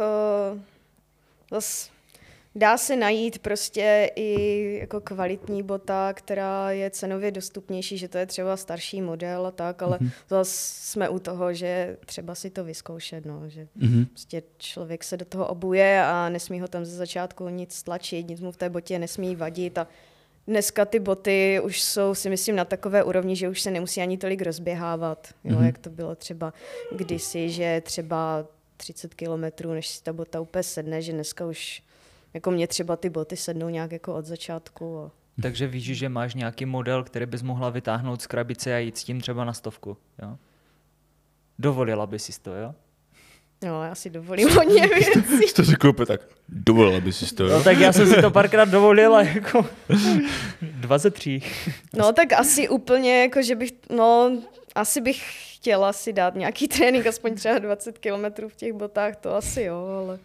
zas dá se najít prostě i jako kvalitní bota, která je cenově dostupnější, že to je třeba starší model a tak, ale zase jsme u toho, že třeba si to vyzkoušet, no, že prostě člověk se do toho obuje a nesmí ho tam ze začátku nic tlačit, nic mu v té botě nesmí vadit a dneska ty boty už jsou, si myslím, na takové úrovni, že už se nemusí ani tolik rozběhávat, jo, jak to bylo třeba kdysi, že třeba 30 kilometrů, než si ta bota úplně sedne, že dneska už jako mě třeba ty boty sednou nějak jako od začátku. A... Takže víš, že máš nějaký model, který bys mohla vytáhnout z krabice a jít s tím třeba na 100, jo? Dovolila by si to, jo? No, já si dovolím hodně věcí. Jsi to řekl úplně tak, dovolila by si to, jo? No tak já jsem si to párkrát dovolila, jako 23. No tak asi úplně, jako že bych, no, asi bych chtěla si dát nějaký trénink, aspoň třeba 20 kilometrů v těch botách, to asi jo, ale...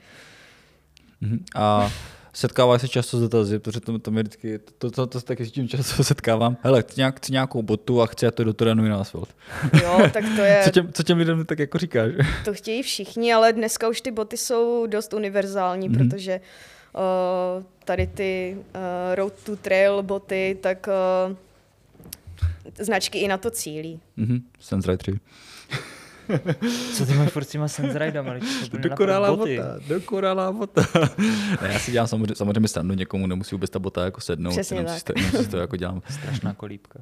A setkáváš se často s dotazy, protože to mě vždycky, to taky s tím často setkávám. Hele, chci nějakou botu a chci, ať to do terénu na asfalt. Jo, tak to je... Co těm lidem tak jako říkáš? To chtějí všichni, ale dneska už ty boty jsou dost univerzální, protože tady ty Road to Trail boty, tak značky i na to cílí. Sensride 3. Co ty máš furt s těma Sensridama? Dokonalá bota. Ne, já si dělám samozřejmě standu, někomu nemusí vůbec ta bota jako sednout. Přesně tak. Jenom si to jako dělám. Strašná kolíbka.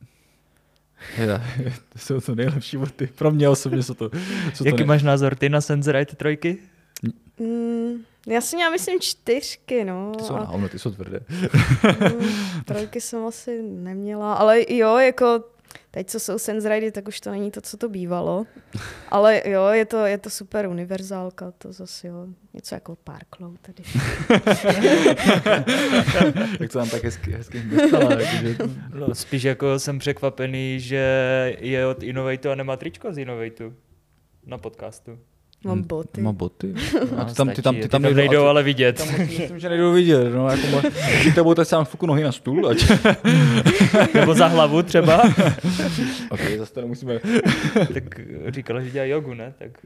To jsou to nejlepší boty. Pro mě osobně jsou to... Jaký máš názor ty na Sensride 3? Já si měla, myslím, 4, no. Ty jsou náhodno, ty jsou tvrdé. 3 jsem asi neměla, ale jo, jako teď, co jsou Sensridy, tak už to není to, co to bývalo. Ale jo, je to super univerzálka, to zase jo, něco jako Parklow tady. Tak to tam tak hezky dostala. No, spíš jako jsem překvapený, že je od Innovatu a nemá tričko z Innovatu na podcastu. Mám boty. Má boty? No, ty tam nejdou ale vidět. Tam myslím, že nejdou vidět. No, jako ty tebou tak sám fuku nohy na stůl. Ať. Nebo za hlavu třeba. Ok, zase to nemusíme. Tak říkala, že dělá jogu, ne? Tak...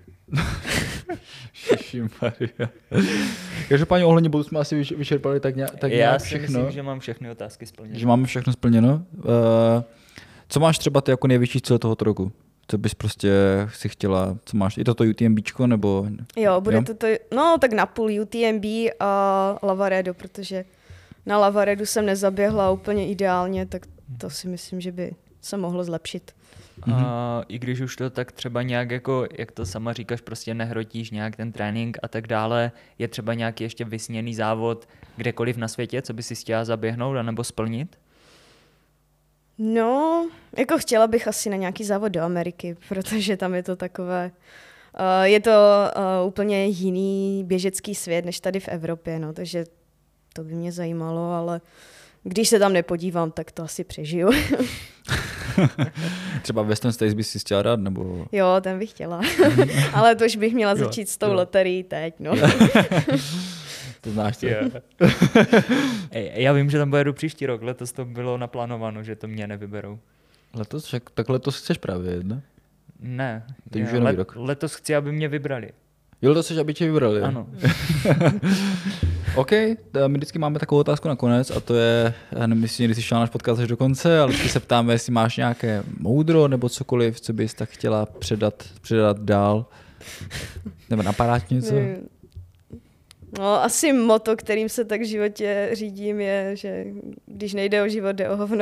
Šišimaria. Každopádně ohledně bodu jsme asi vyčerpali tak nějak já všechno. Já si myslím, že mám všechny otázky splněny. Že máme všechno splněno. Co máš třeba ty jako největší cíl tohoto roku? Co bys prostě si chtěla, co máš, i toto UTMBčko, nebo? Jo, bude to, no tak napůl UTMB a Lavaredo, protože na Lavaredu jsem nezaběhla úplně ideálně, tak to si myslím, že by se mohlo zlepšit. A i když už to tak třeba nějak jako, jak to sama říkáš, prostě nehrotíš nějak ten trénink a tak dále, je třeba nějaký ještě vysněný závod kdekoliv na světě, co by si chtěla zaběhnout anebo splnit? No, jako chtěla bych asi na nějaký závod do Ameriky, protože tam je to takové, je to úplně jiný běžecký svět, než tady v Evropě, no, takže to by mě zajímalo, ale když se tam nepodívám, tak to asi přežiju. Třeba Western States bys si chtěla dát, nebo... Jo, ten bych chtěla, ale to už bych měla začít s tou loterií teď, no. To znáš to. Yeah. Já vím, že tam pojedu příští rok, letos to bylo naplánováno, že to mě nevyberou. Letos chceš právě jet, ne? Ne, Teď už je nový rok. Letos chci, aby mě vybrali. Jo, letos chceš, aby tě vybrali. Ano. OK, my vždycky máme takovou otázku nakonec a to je, já nevím, jestli někdy jsi šel náš podcast až do konce, ale vždycky se ptáme, jestli máš nějaké moudro nebo cokoliv, co bys tak chtěla předat dál. Nebo napadá ti něco? No, asi motto, kterým se tak v životě řídím, je, že když nejde o život, jde o hovno.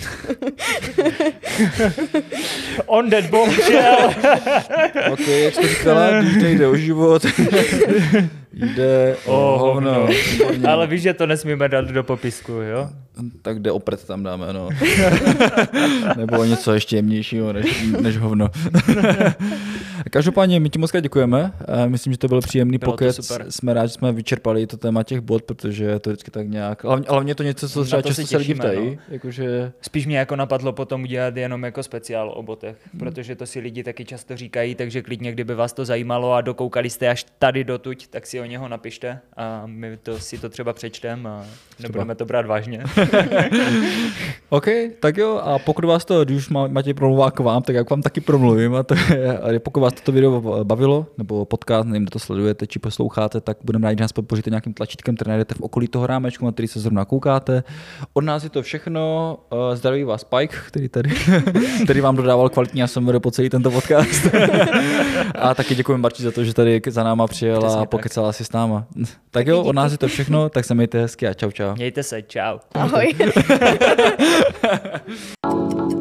On that bombshell. OK, jak jsi to říkala, když nejde o život, jde o hovno. Ale víš, že to nesmíme dát do popisku, jo? Tak jde o prd tam dáme, no. Nebo něco ještě jemnějšího než hovno. Každopádně my ti moc krát děkujeme. Myslím, že to byl příjemný pokec. Jsme rádi, že jsme vyčerpali to téma těch bod, protože je to vždycky tak nějak... Hlavně to něco, co třeba často se lidi ptají. No. Jakože... Spíš mě jako napadlo potom udělat jenom jako speciál o botech, protože to si lidi taky často říkají, takže klidně, kdyby vás to zajímalo a dokoukali jste až tady dotuď, tak si o něho napište a my si to třeba přečteme a nebudeme to brát vážně. OK, tak jo, a pokud vás to, když už Matěj promluvá k vám, tak jak vám taky promluvím, a pokud vás toto video bavilo, nebo podcast, nevím, kde to sledujete, či posloucháte, tak budeme rádi, že nás podpoříte nějakým tlačítkem, který najdete v okolí toho rámečku, na který se zrovna koukáte. Od nás je to všechno, zdraví vás Pike, který vám dodával kvalitní ASMR po celý tento podcast. A taky děkujeme Barči za to, že tady za náma přijela a pokecala si s náma. Tak jo, od nás je to všechno, tak se mějte hezky a čau. Mějte se, čau. Ahoj.